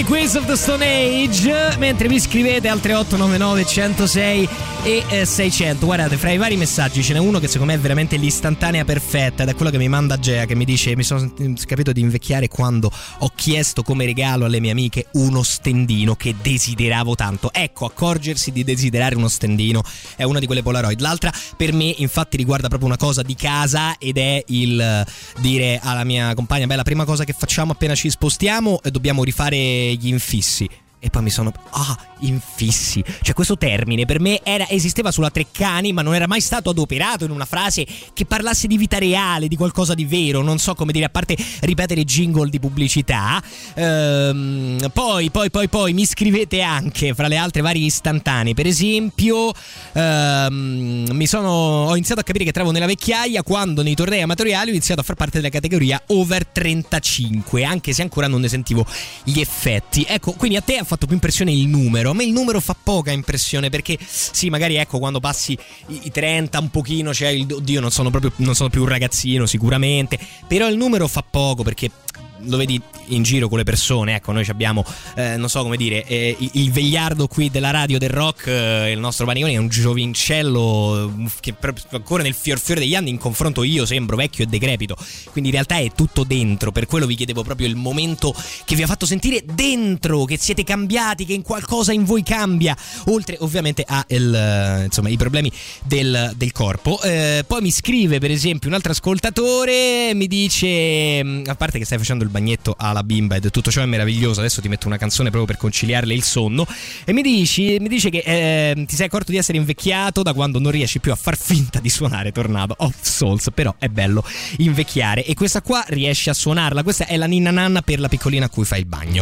Queens of the Stone Age, mentre mi scrivete al 3899 106 e 600. Guardate, fra i vari messaggi ce n'è uno che secondo me è veramente l'istantanea perfetta, ed è quello che mi manda Gea, che mi dice: mi sono capito di invecchiare quando ho chiesto come regalo alle mie amiche uno stendino che desideravo tanto. Ecco, accorgersi di desiderare uno stendino è una di quelle Polaroid. L'altra per me infatti riguarda proprio una cosa di casa, ed è il dire alla mia compagna: beh, la prima cosa che facciamo appena ci spostiamo è dobbiamo rifare gli infissi. E poi mi sono infissi, cioè questo termine per me esisteva sulla Treccani, ma non era mai stato adoperato in una frase che parlasse di vita reale, di qualcosa di vero, non so come dire, a parte ripetere jingle di pubblicità. Poi mi scrivete anche fra le altre varie istantanee, per esempio ho iniziato a capire che travo nella vecchiaia quando nei tornei amatoriali ho iniziato a far parte della categoria over 35, anche se ancora non ne sentivo gli effetti. Ecco, quindi a te ha fatto più impressione il numero. A me il numero fa poca impressione, perché sì, magari ecco, quando passi i 30 un pochino, cioè oddio, non sono più un ragazzino sicuramente, però il numero fa poco, perché lo vedi in giro con le persone. Ecco, noi abbiamo non so come dire, il vegliardo qui della radio del rock, il nostro Paniconi è un giovincello che ancora nel fior degli anni, in confronto io sembro vecchio e decrepito, quindi in realtà è tutto dentro. Per quello vi chiedevo proprio il momento che vi ha fatto sentire dentro che siete cambiati, che in qualcosa in voi cambia, oltre ovviamente a insomma i problemi del corpo. Poi mi scrive per esempio un altro ascoltatore, mi dice: a parte che stai facendo il bagnetto alla bimba ed tutto ciò è meraviglioso, adesso ti metto una canzone proprio per conciliarle il sonno, e mi dice che ti sei accorto di essere invecchiato da quando non riesci più a far finta di suonare Tornado of Souls, però è bello invecchiare, e questa qua riesci a suonarla. Questa è la ninna nanna per la piccolina a cui fai il bagno.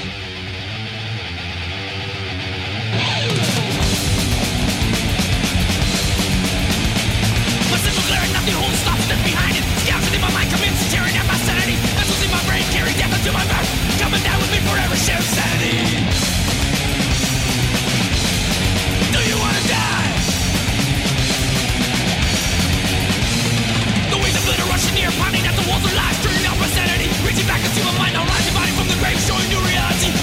To my back, coming down with me forever, share sanity. Do you wanna die? The waves of glitter rushing near, pounding at the walls of life, turning out my sanity, reaching back into my mind, I'll rise your body from the grave, showing you reality.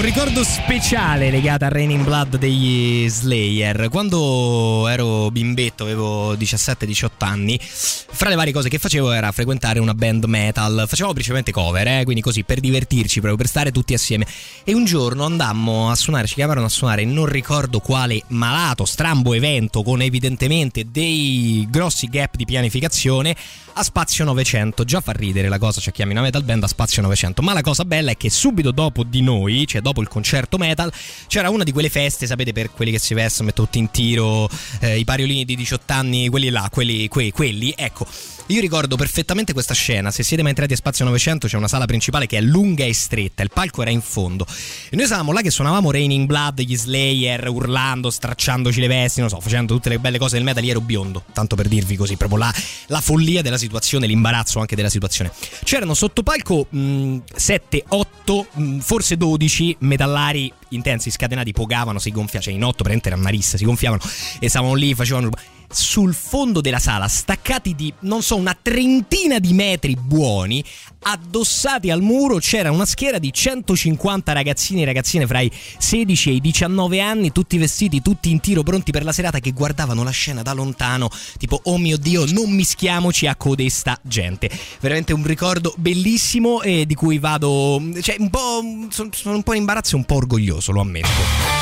ricordo speciale legato a Raining Blood degli Slayer. Quando ero bimbetto, avevo 17-18 anni, fra le varie cose che facevo era frequentare una band metal. Facevamo principalmente cover, quindi così per divertirci, proprio per stare tutti assieme. E un giorno andammo a suonare, ci chiamarono a suonare, non ricordo quale malato, strambo evento con evidentemente dei grossi gap di pianificazione, a Spazio 900. Già fa ridere la cosa, cioè chiami una metal band a Spazio 900, ma la cosa bella è che subito dopo di noi, cioè dopo il concerto metal, c'era una di quelle feste, sapete, per quelli che si vestono, mettono tutti in tiro, i pariolini di 18 anni, quelli là, quelli, ecco. Io ricordo perfettamente questa scena. Se siete mai entrati a Spazio 900 c'è una sala principale che è lunga e stretta, il palco era in fondo e noi stavamo là che suonavamo Raining Blood, gli Slayer, urlando, stracciandoci le vesti, non so, facendo tutte le belle cose del metal. Io ero biondo, tanto per dirvi così, proprio la follia della situazione, l'imbarazzo anche della situazione. C'erano sotto palco 7, 8, forse 12 metallari intensi, scatenati, pogavano, si gonfiavano, cioè in 8 praticamente era una rissa, si gonfiavano e stavano lì, facevano sul fondo della sala, staccati di, non so, una trentina di metri buoni, addossati al muro c'era una schiera di 150 ragazzini e ragazzine fra i 16 e i 19 anni, tutti vestiti, tutti in tiro, pronti per la serata, che guardavano la scena da lontano, tipo oh mio Dio, non mischiamoci a codesta gente. Veramente un ricordo bellissimo e di cui vado, cioè un po', sono un po' in imbarazzo e un po' orgoglioso, lo ammetto.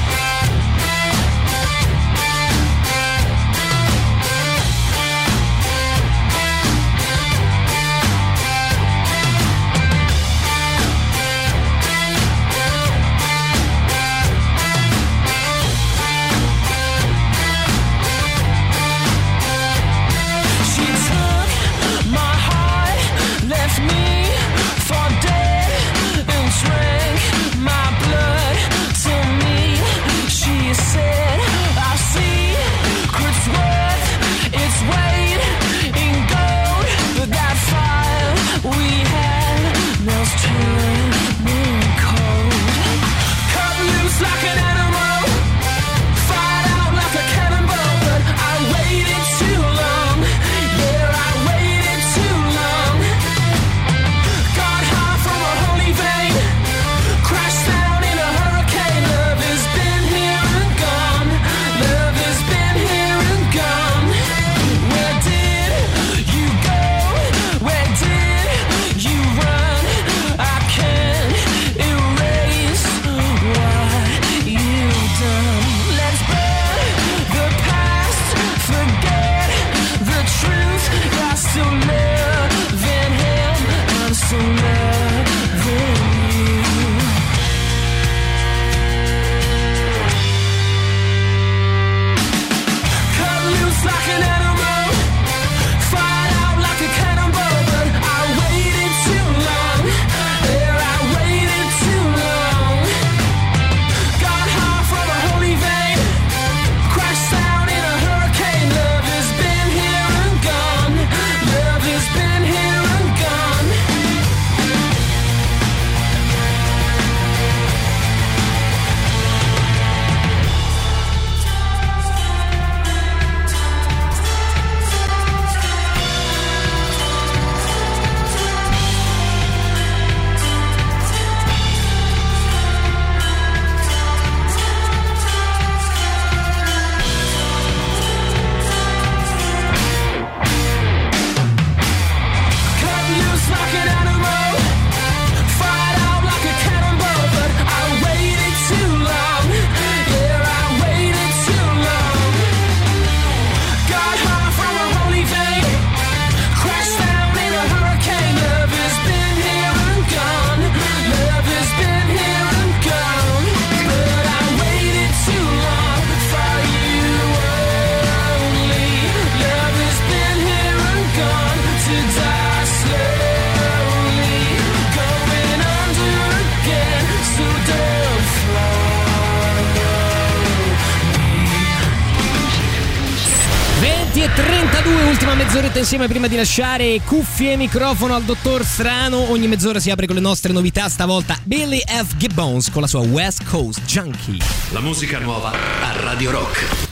Mezz'oretta insieme prima di lasciare cuffie e microfono al dottor Strano. Ogni mezz'ora si apre con le nostre novità, stavolta Billy F. Gibbons con la sua West Coast Junkie. La musica nuova a Radio Rock.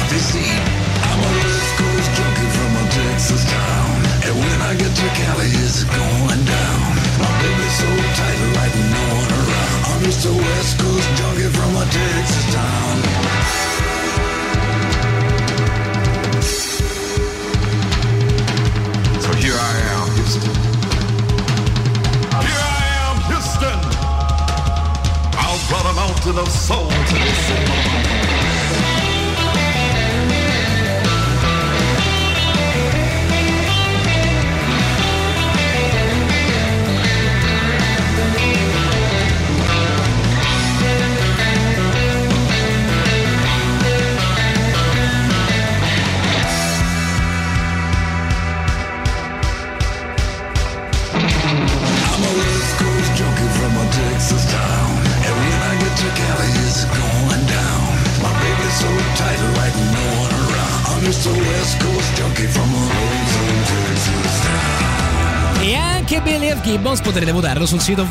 coffee seat. I'm a West Coast junkie from a Texas town, and when I get to Cali, it's going down. My baby's so tight like no one around. I'm just a West Coast junkie from a Texas town. So here I am, Houston. Here I am, Houston. I've brought a mountain of soul to this city. Texas town, and when I get to Cali, it's going down. My baby's so tight like no one around. I'm just a West Coast junkie from a Roseland, Texas town. E anche Billy F. Gibbons potrete votarlo sul sito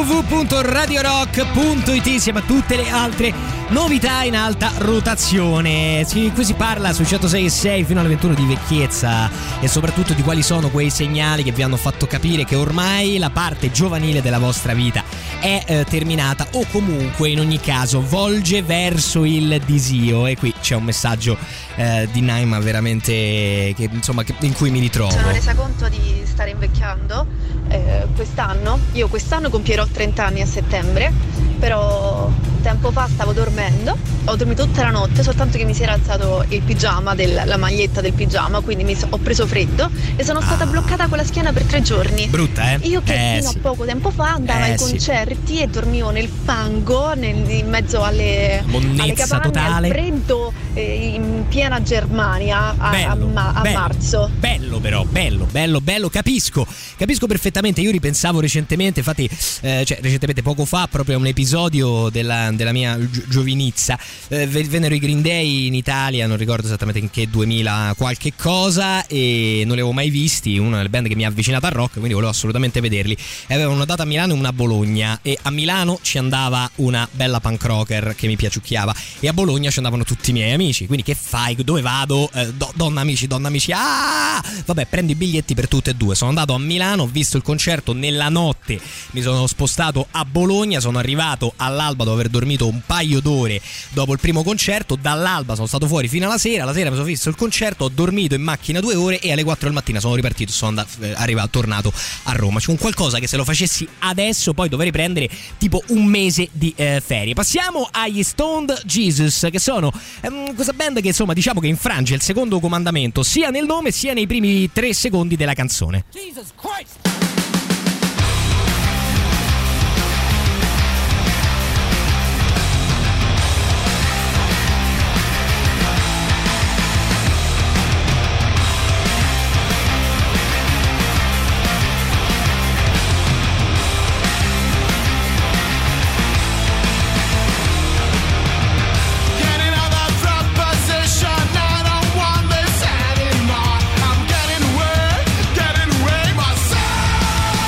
www.radiorock.it insieme a tutte le altre novità in alta rotazione. Qui si parla sui 106.6 fino alle 21 di vecchiezza e soprattutto di quali sono quei segnali che vi hanno fatto capire che ormai la parte giovanile della vostra vita è terminata o comunque in ogni caso volge verso il disio. E qui c'è un messaggio di Naima veramente che, insomma, in cui mi ritrovo. Mi sono resa conto di stare invecchiando quest'anno. Io quest'anno compierò 30 anni a settembre, però tempo fa stavo dormendo, ho dormito tutta la notte, soltanto che mi si era alzato il pigiama, la maglietta del pigiama, quindi ho preso freddo e sono stata bloccata con la schiena per 3 giorni. Brutta, eh? Io che fino a poco tempo fa andavo ai concerti e dormivo nel fango, in mezzo alle capanne, totale. Al freddo, in piena Germania a marzo. Bello però, bello, capisco perfettamente. Io ripensavo recentemente, infatti recentemente poco fa, proprio a un episodio della mia giovinizza, vennero i Green Day in Italia, non ricordo esattamente in che 2000 qualche cosa, e non li avevo mai visti, una delle band che mi ha avvicinato al rock, quindi volevo assolutamente vederli, e avevano una data a Milano e una a Bologna, e a Milano ci andava una bella punk rocker che mi piaciucchiava e a Bologna ci andavano tutti i miei amici, quindi che fai, dove vado? Donna amici, vabbè, prendo i biglietti per tutte e due. Sono andato a Milano, ho visto il concerto nella notte, mi sono spostato a Bologna, sono arrivato all'alba dopo aver dormito un paio d'ore dopo il primo concerto, dall'alba sono stato fuori fino alla sera mi sono visto il concerto, ho dormito in macchina 2 ore e alle 4 del mattino sono ripartito, sono tornato a Roma. C'è un qualcosa che se lo facessi adesso poi dovrei prendere tipo un mese di ferie. Passiamo agli Stoned Jesus, che sono questa band che, insomma, diciamo che infrange il secondo comandamento sia nel nome sia nei primi 3 secondi della canzone. Jesus Christ! Getting way myself.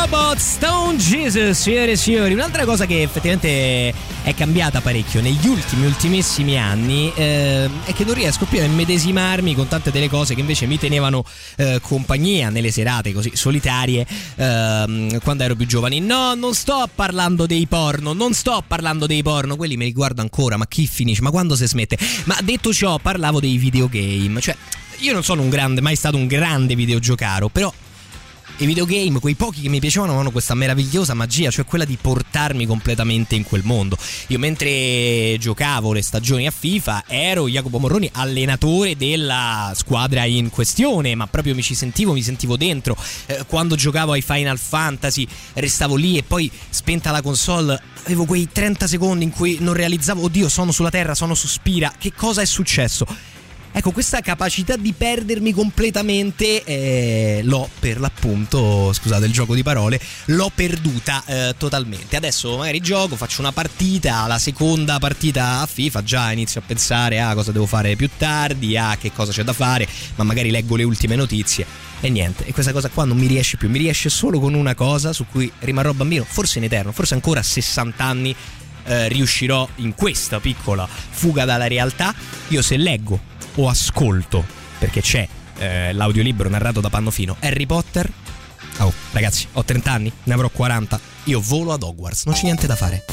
Robot, Stone Jesus, signore e signori. Un'altra cosa che effettivamente è cambiata parecchio negli ultimissimi anni è che non riesco più a immedesimarmi con tante delle cose che invece mi tenevano compagnia nelle serate così solitarie quando ero più giovane. No, non sto parlando dei porno, quelli me li guardo ancora, ma chi finisce? Ma quando si smette? Ma detto ciò, parlavo dei videogame. Cioè, io non sono mai stato un grande videogiocaro, però i videogame, quei pochi che mi piacevano, avevano questa meravigliosa magia, cioè quella di portarmi completamente in quel mondo. Io mentre giocavo le stagioni a FIFA ero Jacopo Morroni, allenatore della squadra in questione, ma proprio mi sentivo dentro. Quando giocavo ai Final Fantasy restavo lì e poi spenta la console avevo quei 30 secondi in cui non realizzavo, oddio, sono sulla terra, sono su Spira, che cosa è successo? Ecco, questa capacità di perdermi completamente l'ho per l'appunto, scusate il gioco di parole, l'ho perduta totalmente. Adesso magari gioco, faccio una partita, la seconda partita a FIFA, già inizio a pensare a cosa devo fare più tardi, a che cosa c'è da fare, ma magari leggo le ultime notizie e niente. E questa cosa qua non mi riesce più, mi riesce solo con una cosa su cui rimarrò bambino, forse in eterno, forse ancora a 60 anni riuscirò in questa piccola fuga dalla realtà. Io se leggo o ascolto, perché c'è l'audiolibro narrato da Pannofino, Harry Potter, oh ragazzi, ho 30 anni, ne avrò 40, io volo ad Hogwarts, non c'è niente da fare.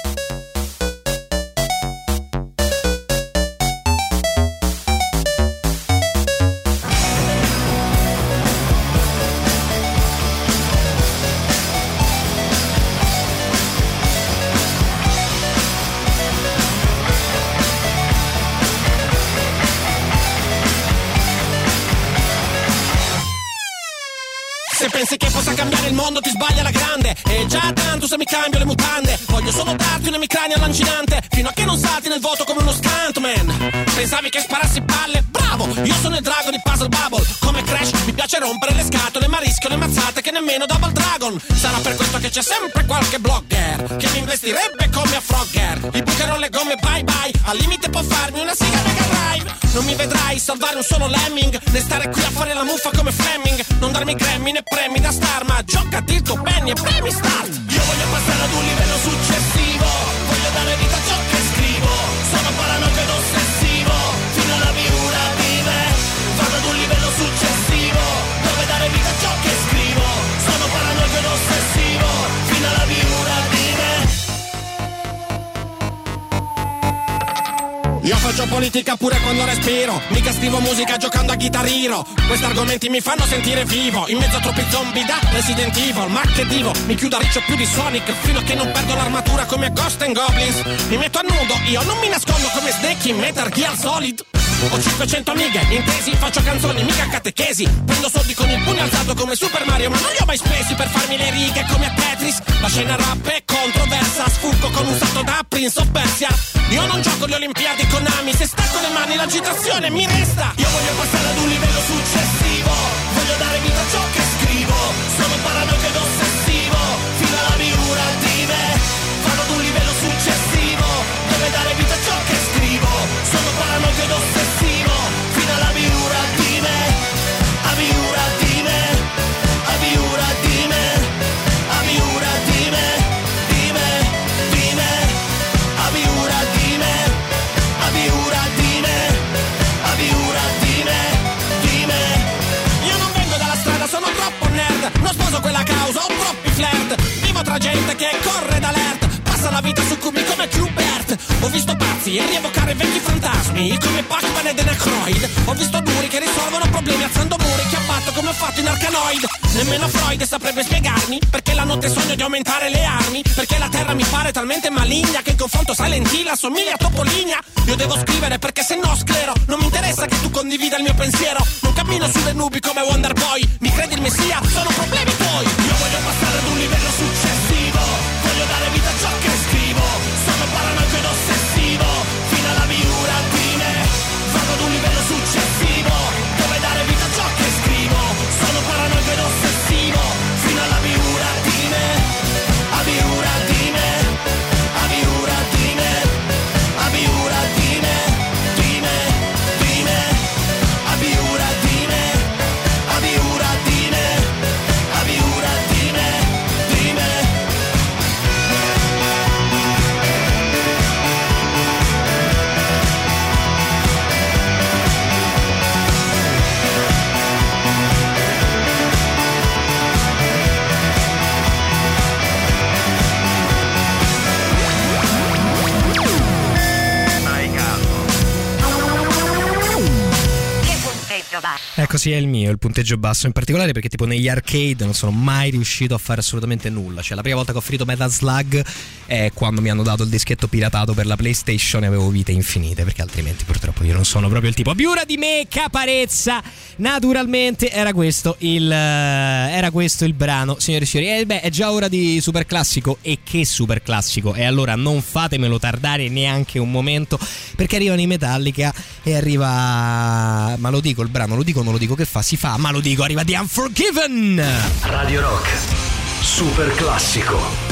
Se pensi che possa cambiare il mondo ti sbaglia la grande. E già tanto se mi cambio le mutande, voglio solo darti un'emicrania allancinante, fino a che non salti nel voto come uno stuntman. Pensavi che sparassi palle? Bravo! Io sono il drago di Puzzle Bubble. Come Crash mi piace rompere le scatole, ma rischio le mazzate che nemmeno Double Dragon. Sarà per questo che c'è sempre qualche blogger che mi investirebbe come a Frogger. Gli bucherò le gomme bye bye, al limite può farmi una siga Mega Drive. Non mi vedrai salvare un solo lemming, né stare qui a fare la muffa come Fleming. Non darmi Grammy né premi da star, ma giocati il tuo penny e premi start. Io voglio passare ad un livello successivo, voglio dare vita a ciò che scrivo. Sono paranoico ed ossessivo, fino alla miura di me. Vado ad un livello successivo, dove dare vita a ciò che scrivo. Sono paranoico ed ossessivo, fino alla miura di me. Io faccio politica pure quando respiro, mica scrivo musica giocando a Guitar Hero. Questi argomenti mi fanno sentire vivo, in mezzo a troppi zombie da Resident Evil. Ma che divo, mi chiudo a riccio più di Sonic, fino a che non perdo l'armatura come a Ghost and Goblins. Mi metto a nudo, io non mi nascondo come Snake in Metal Gear Solid. Ho 500 amiche, intesi, faccio canzoni, mica catechesi. Prendo soldi con il pugno alzato come Super Mario, ma non li ho mai spesi per farmi le righe come a Tetris. La scena rap è controversa, sfuggo con un salto da Prince of Persia. Io non gioco le Olimpiadi con Ami, se stacco le mani l'agitazione mi resta. Io voglio passare ad un livello successivo, voglio dare vita a ciò che scrivo. Sono paranoico ed ossessivo, fino alla miura di me. Vado ad un livello successivo, dove dare vita a ciò che scrivo. Sono paranoico ed ossessivo, fino alla miura di me. A miura di me, a miura di me, a miura di me, di me, di me. A miura di me, a miura di me, a miura di me, di me. Io non vengo dalla strada, sono troppo nerd. Non sposo quella causa, ho troppi flirt. Vivo tra gente che corre d'alert, passa la vita su cubi come Qbert. Ho visto pazzi e rievocare vecchi fantasmi come Pac-Man e The Necroid. Ho visto duri che risolvono problemi alzando muri che abbatto come ho fatto in Arkanoid. Nemmeno Freud saprebbe spiegarmi perché la notte sogno di aumentare le armi, perché la terra mi pare talmente maligna che in confronto Silent Hill assomiglia a Topolinia. Io devo scrivere perché se no sclero. Non mi interessa che tu condivida il mio pensiero. Non cammino sulle nubi come Wonder Boy. Mi credi il messia? Sono problemi tuoi. Io voglio passare ad un livello successivo, voglio dare vita a ciò che scrivo. Sono paranoico ed ossessivo, fino alla miura di me. Vado ad un livello successivo, dove dare vita a ciò che scrivo. Sono paranoico ed ossessivo, fino alla miura di me. A miura di me, a miura di me, a miura di me, di me, di me. A miura di me, a miura di me, a miura Ecco, sì, è il mio, il punteggio basso, in particolare perché tipo negli arcade non sono mai riuscito a fare assolutamente nulla. Cioè la prima volta che ho finito Metal Slug è quando mi hanno dato il dischetto piratato per la PlayStation e avevo vite infinite, perché altrimenti purtroppo io non sono proprio il tipo. Più ora di me, Caparezza. Naturalmente era questo il brano, signori e signori. È già ora di super classico, e che super classico. E allora non fatemelo tardare neanche un momento, perché arrivano i Metallica e arriva, ma lo dico il brano, lo dico, non lo dico, che fa? Si fa, ma lo dico, arriva The Unforgiven. Radio Rock, super classico.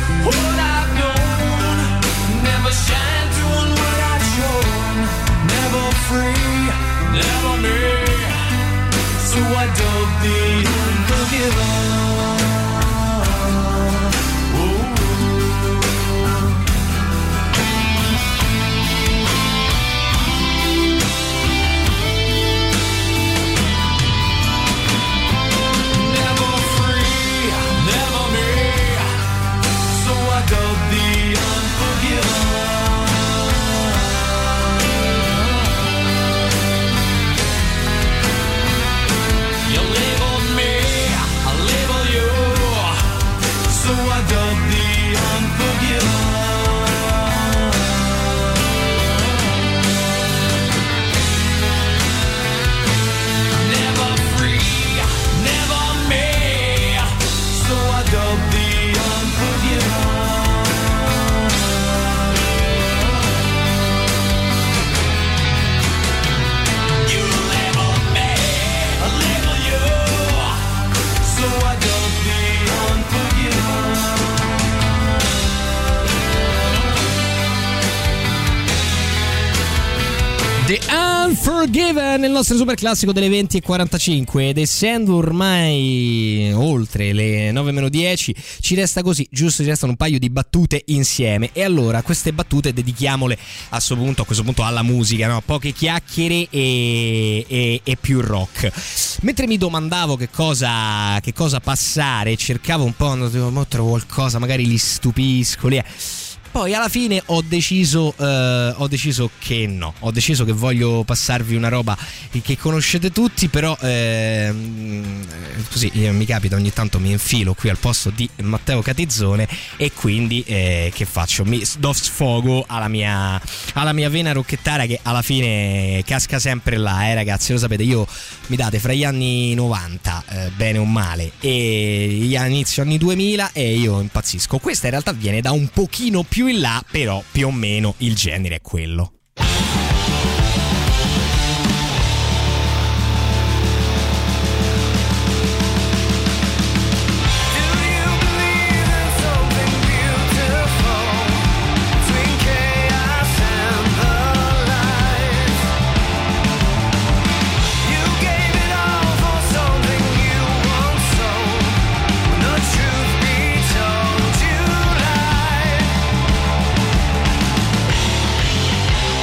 What I've known, never shine doing what I've shown. Never free, never me. So I dug the unforgiven. The Unforgiven, il nostro super classico delle 20:45, ed essendo ormai oltre le 9:10 ci resta così, giusto, ci restano un paio di battute insieme, e allora queste battute dedichiamole a questo punto alla musica, no? Poche chiacchiere e più rock. Mentre mi domandavo che cosa passare, cercavo un po', trovo qualcosa, magari li stupisco lì. Poi alla fine ho deciso che no, ho deciso che voglio passarvi una roba che conoscete tutti, però così mi capita, ogni tanto mi infilo qui al posto di Matteo Catizzone e quindi che faccio? Mi do sfogo alla mia vena rocchettara, che alla fine casca sempre là, ragazzi, lo sapete, io mi date fra gli anni 90 bene o male e gli inizio anni 2000 e io impazzisco. Questa in realtà viene da un pochino più in là, però più o meno il genere è quello. Truth be told, you lied.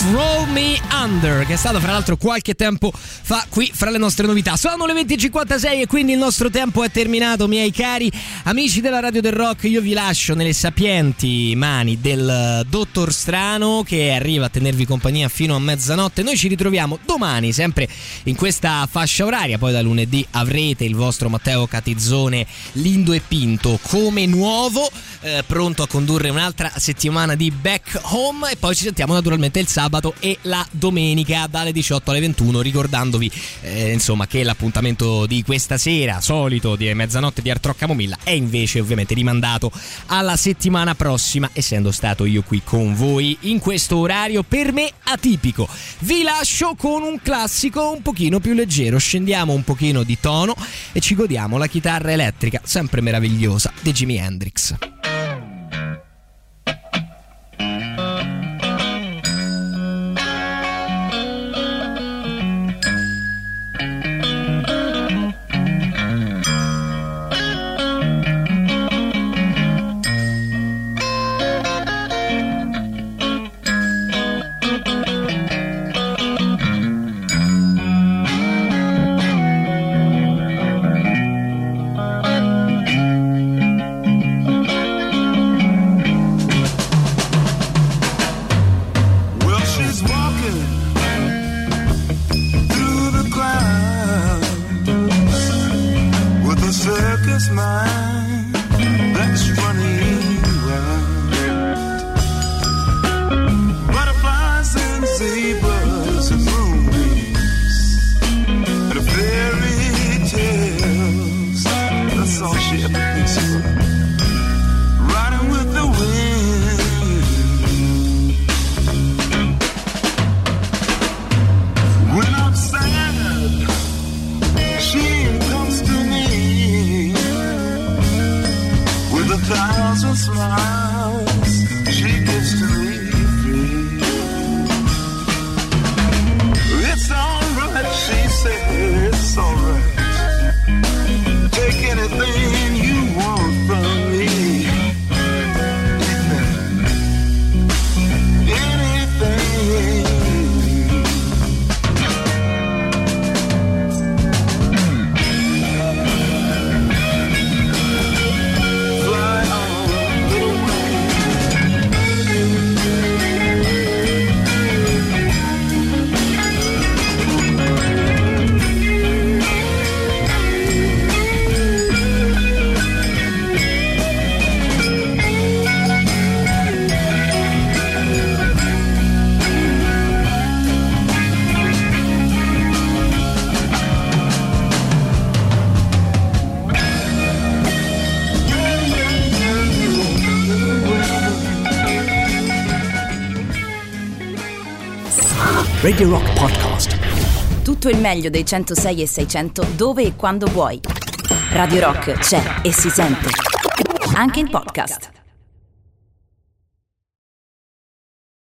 Roll Me Under, che è stato fra l'altro qualche tempo fa qui fra le nostre novità. Sono le 20:56 e quindi il nostro tempo è terminato, miei cari amici della Radio del Rock. Io vi lascio nelle sapienti mani del Dottor Strano, che arriva a tenervi compagnia fino a mezzanotte. Noi ci ritroviamo domani sempre in questa fascia oraria, poi da lunedì avrete il vostro Matteo Catizzone lindo e pinto come nuovo, pronto a condurre un'altra settimana di Back Home, e poi ci sentiamo naturalmente il sabato e la domenica dalle 18 alle 21, ricordandovi insomma che l'appuntamento di questa sera solito di mezzanotte di Art Rock Camomilla è invece ovviamente rimandato alla settimana prossima, essendo stato io qui con voi in questo orario per me atipico. Vi lascio con un classico un pochino più leggero, scendiamo un pochino di tono e ci godiamo la chitarra elettrica sempre meravigliosa di Jimi Hendrix. Radio Rock Podcast. Tutto il meglio dei 106 e 600 dove e quando vuoi. Radio Rock c'è e si sente. Anche in podcast.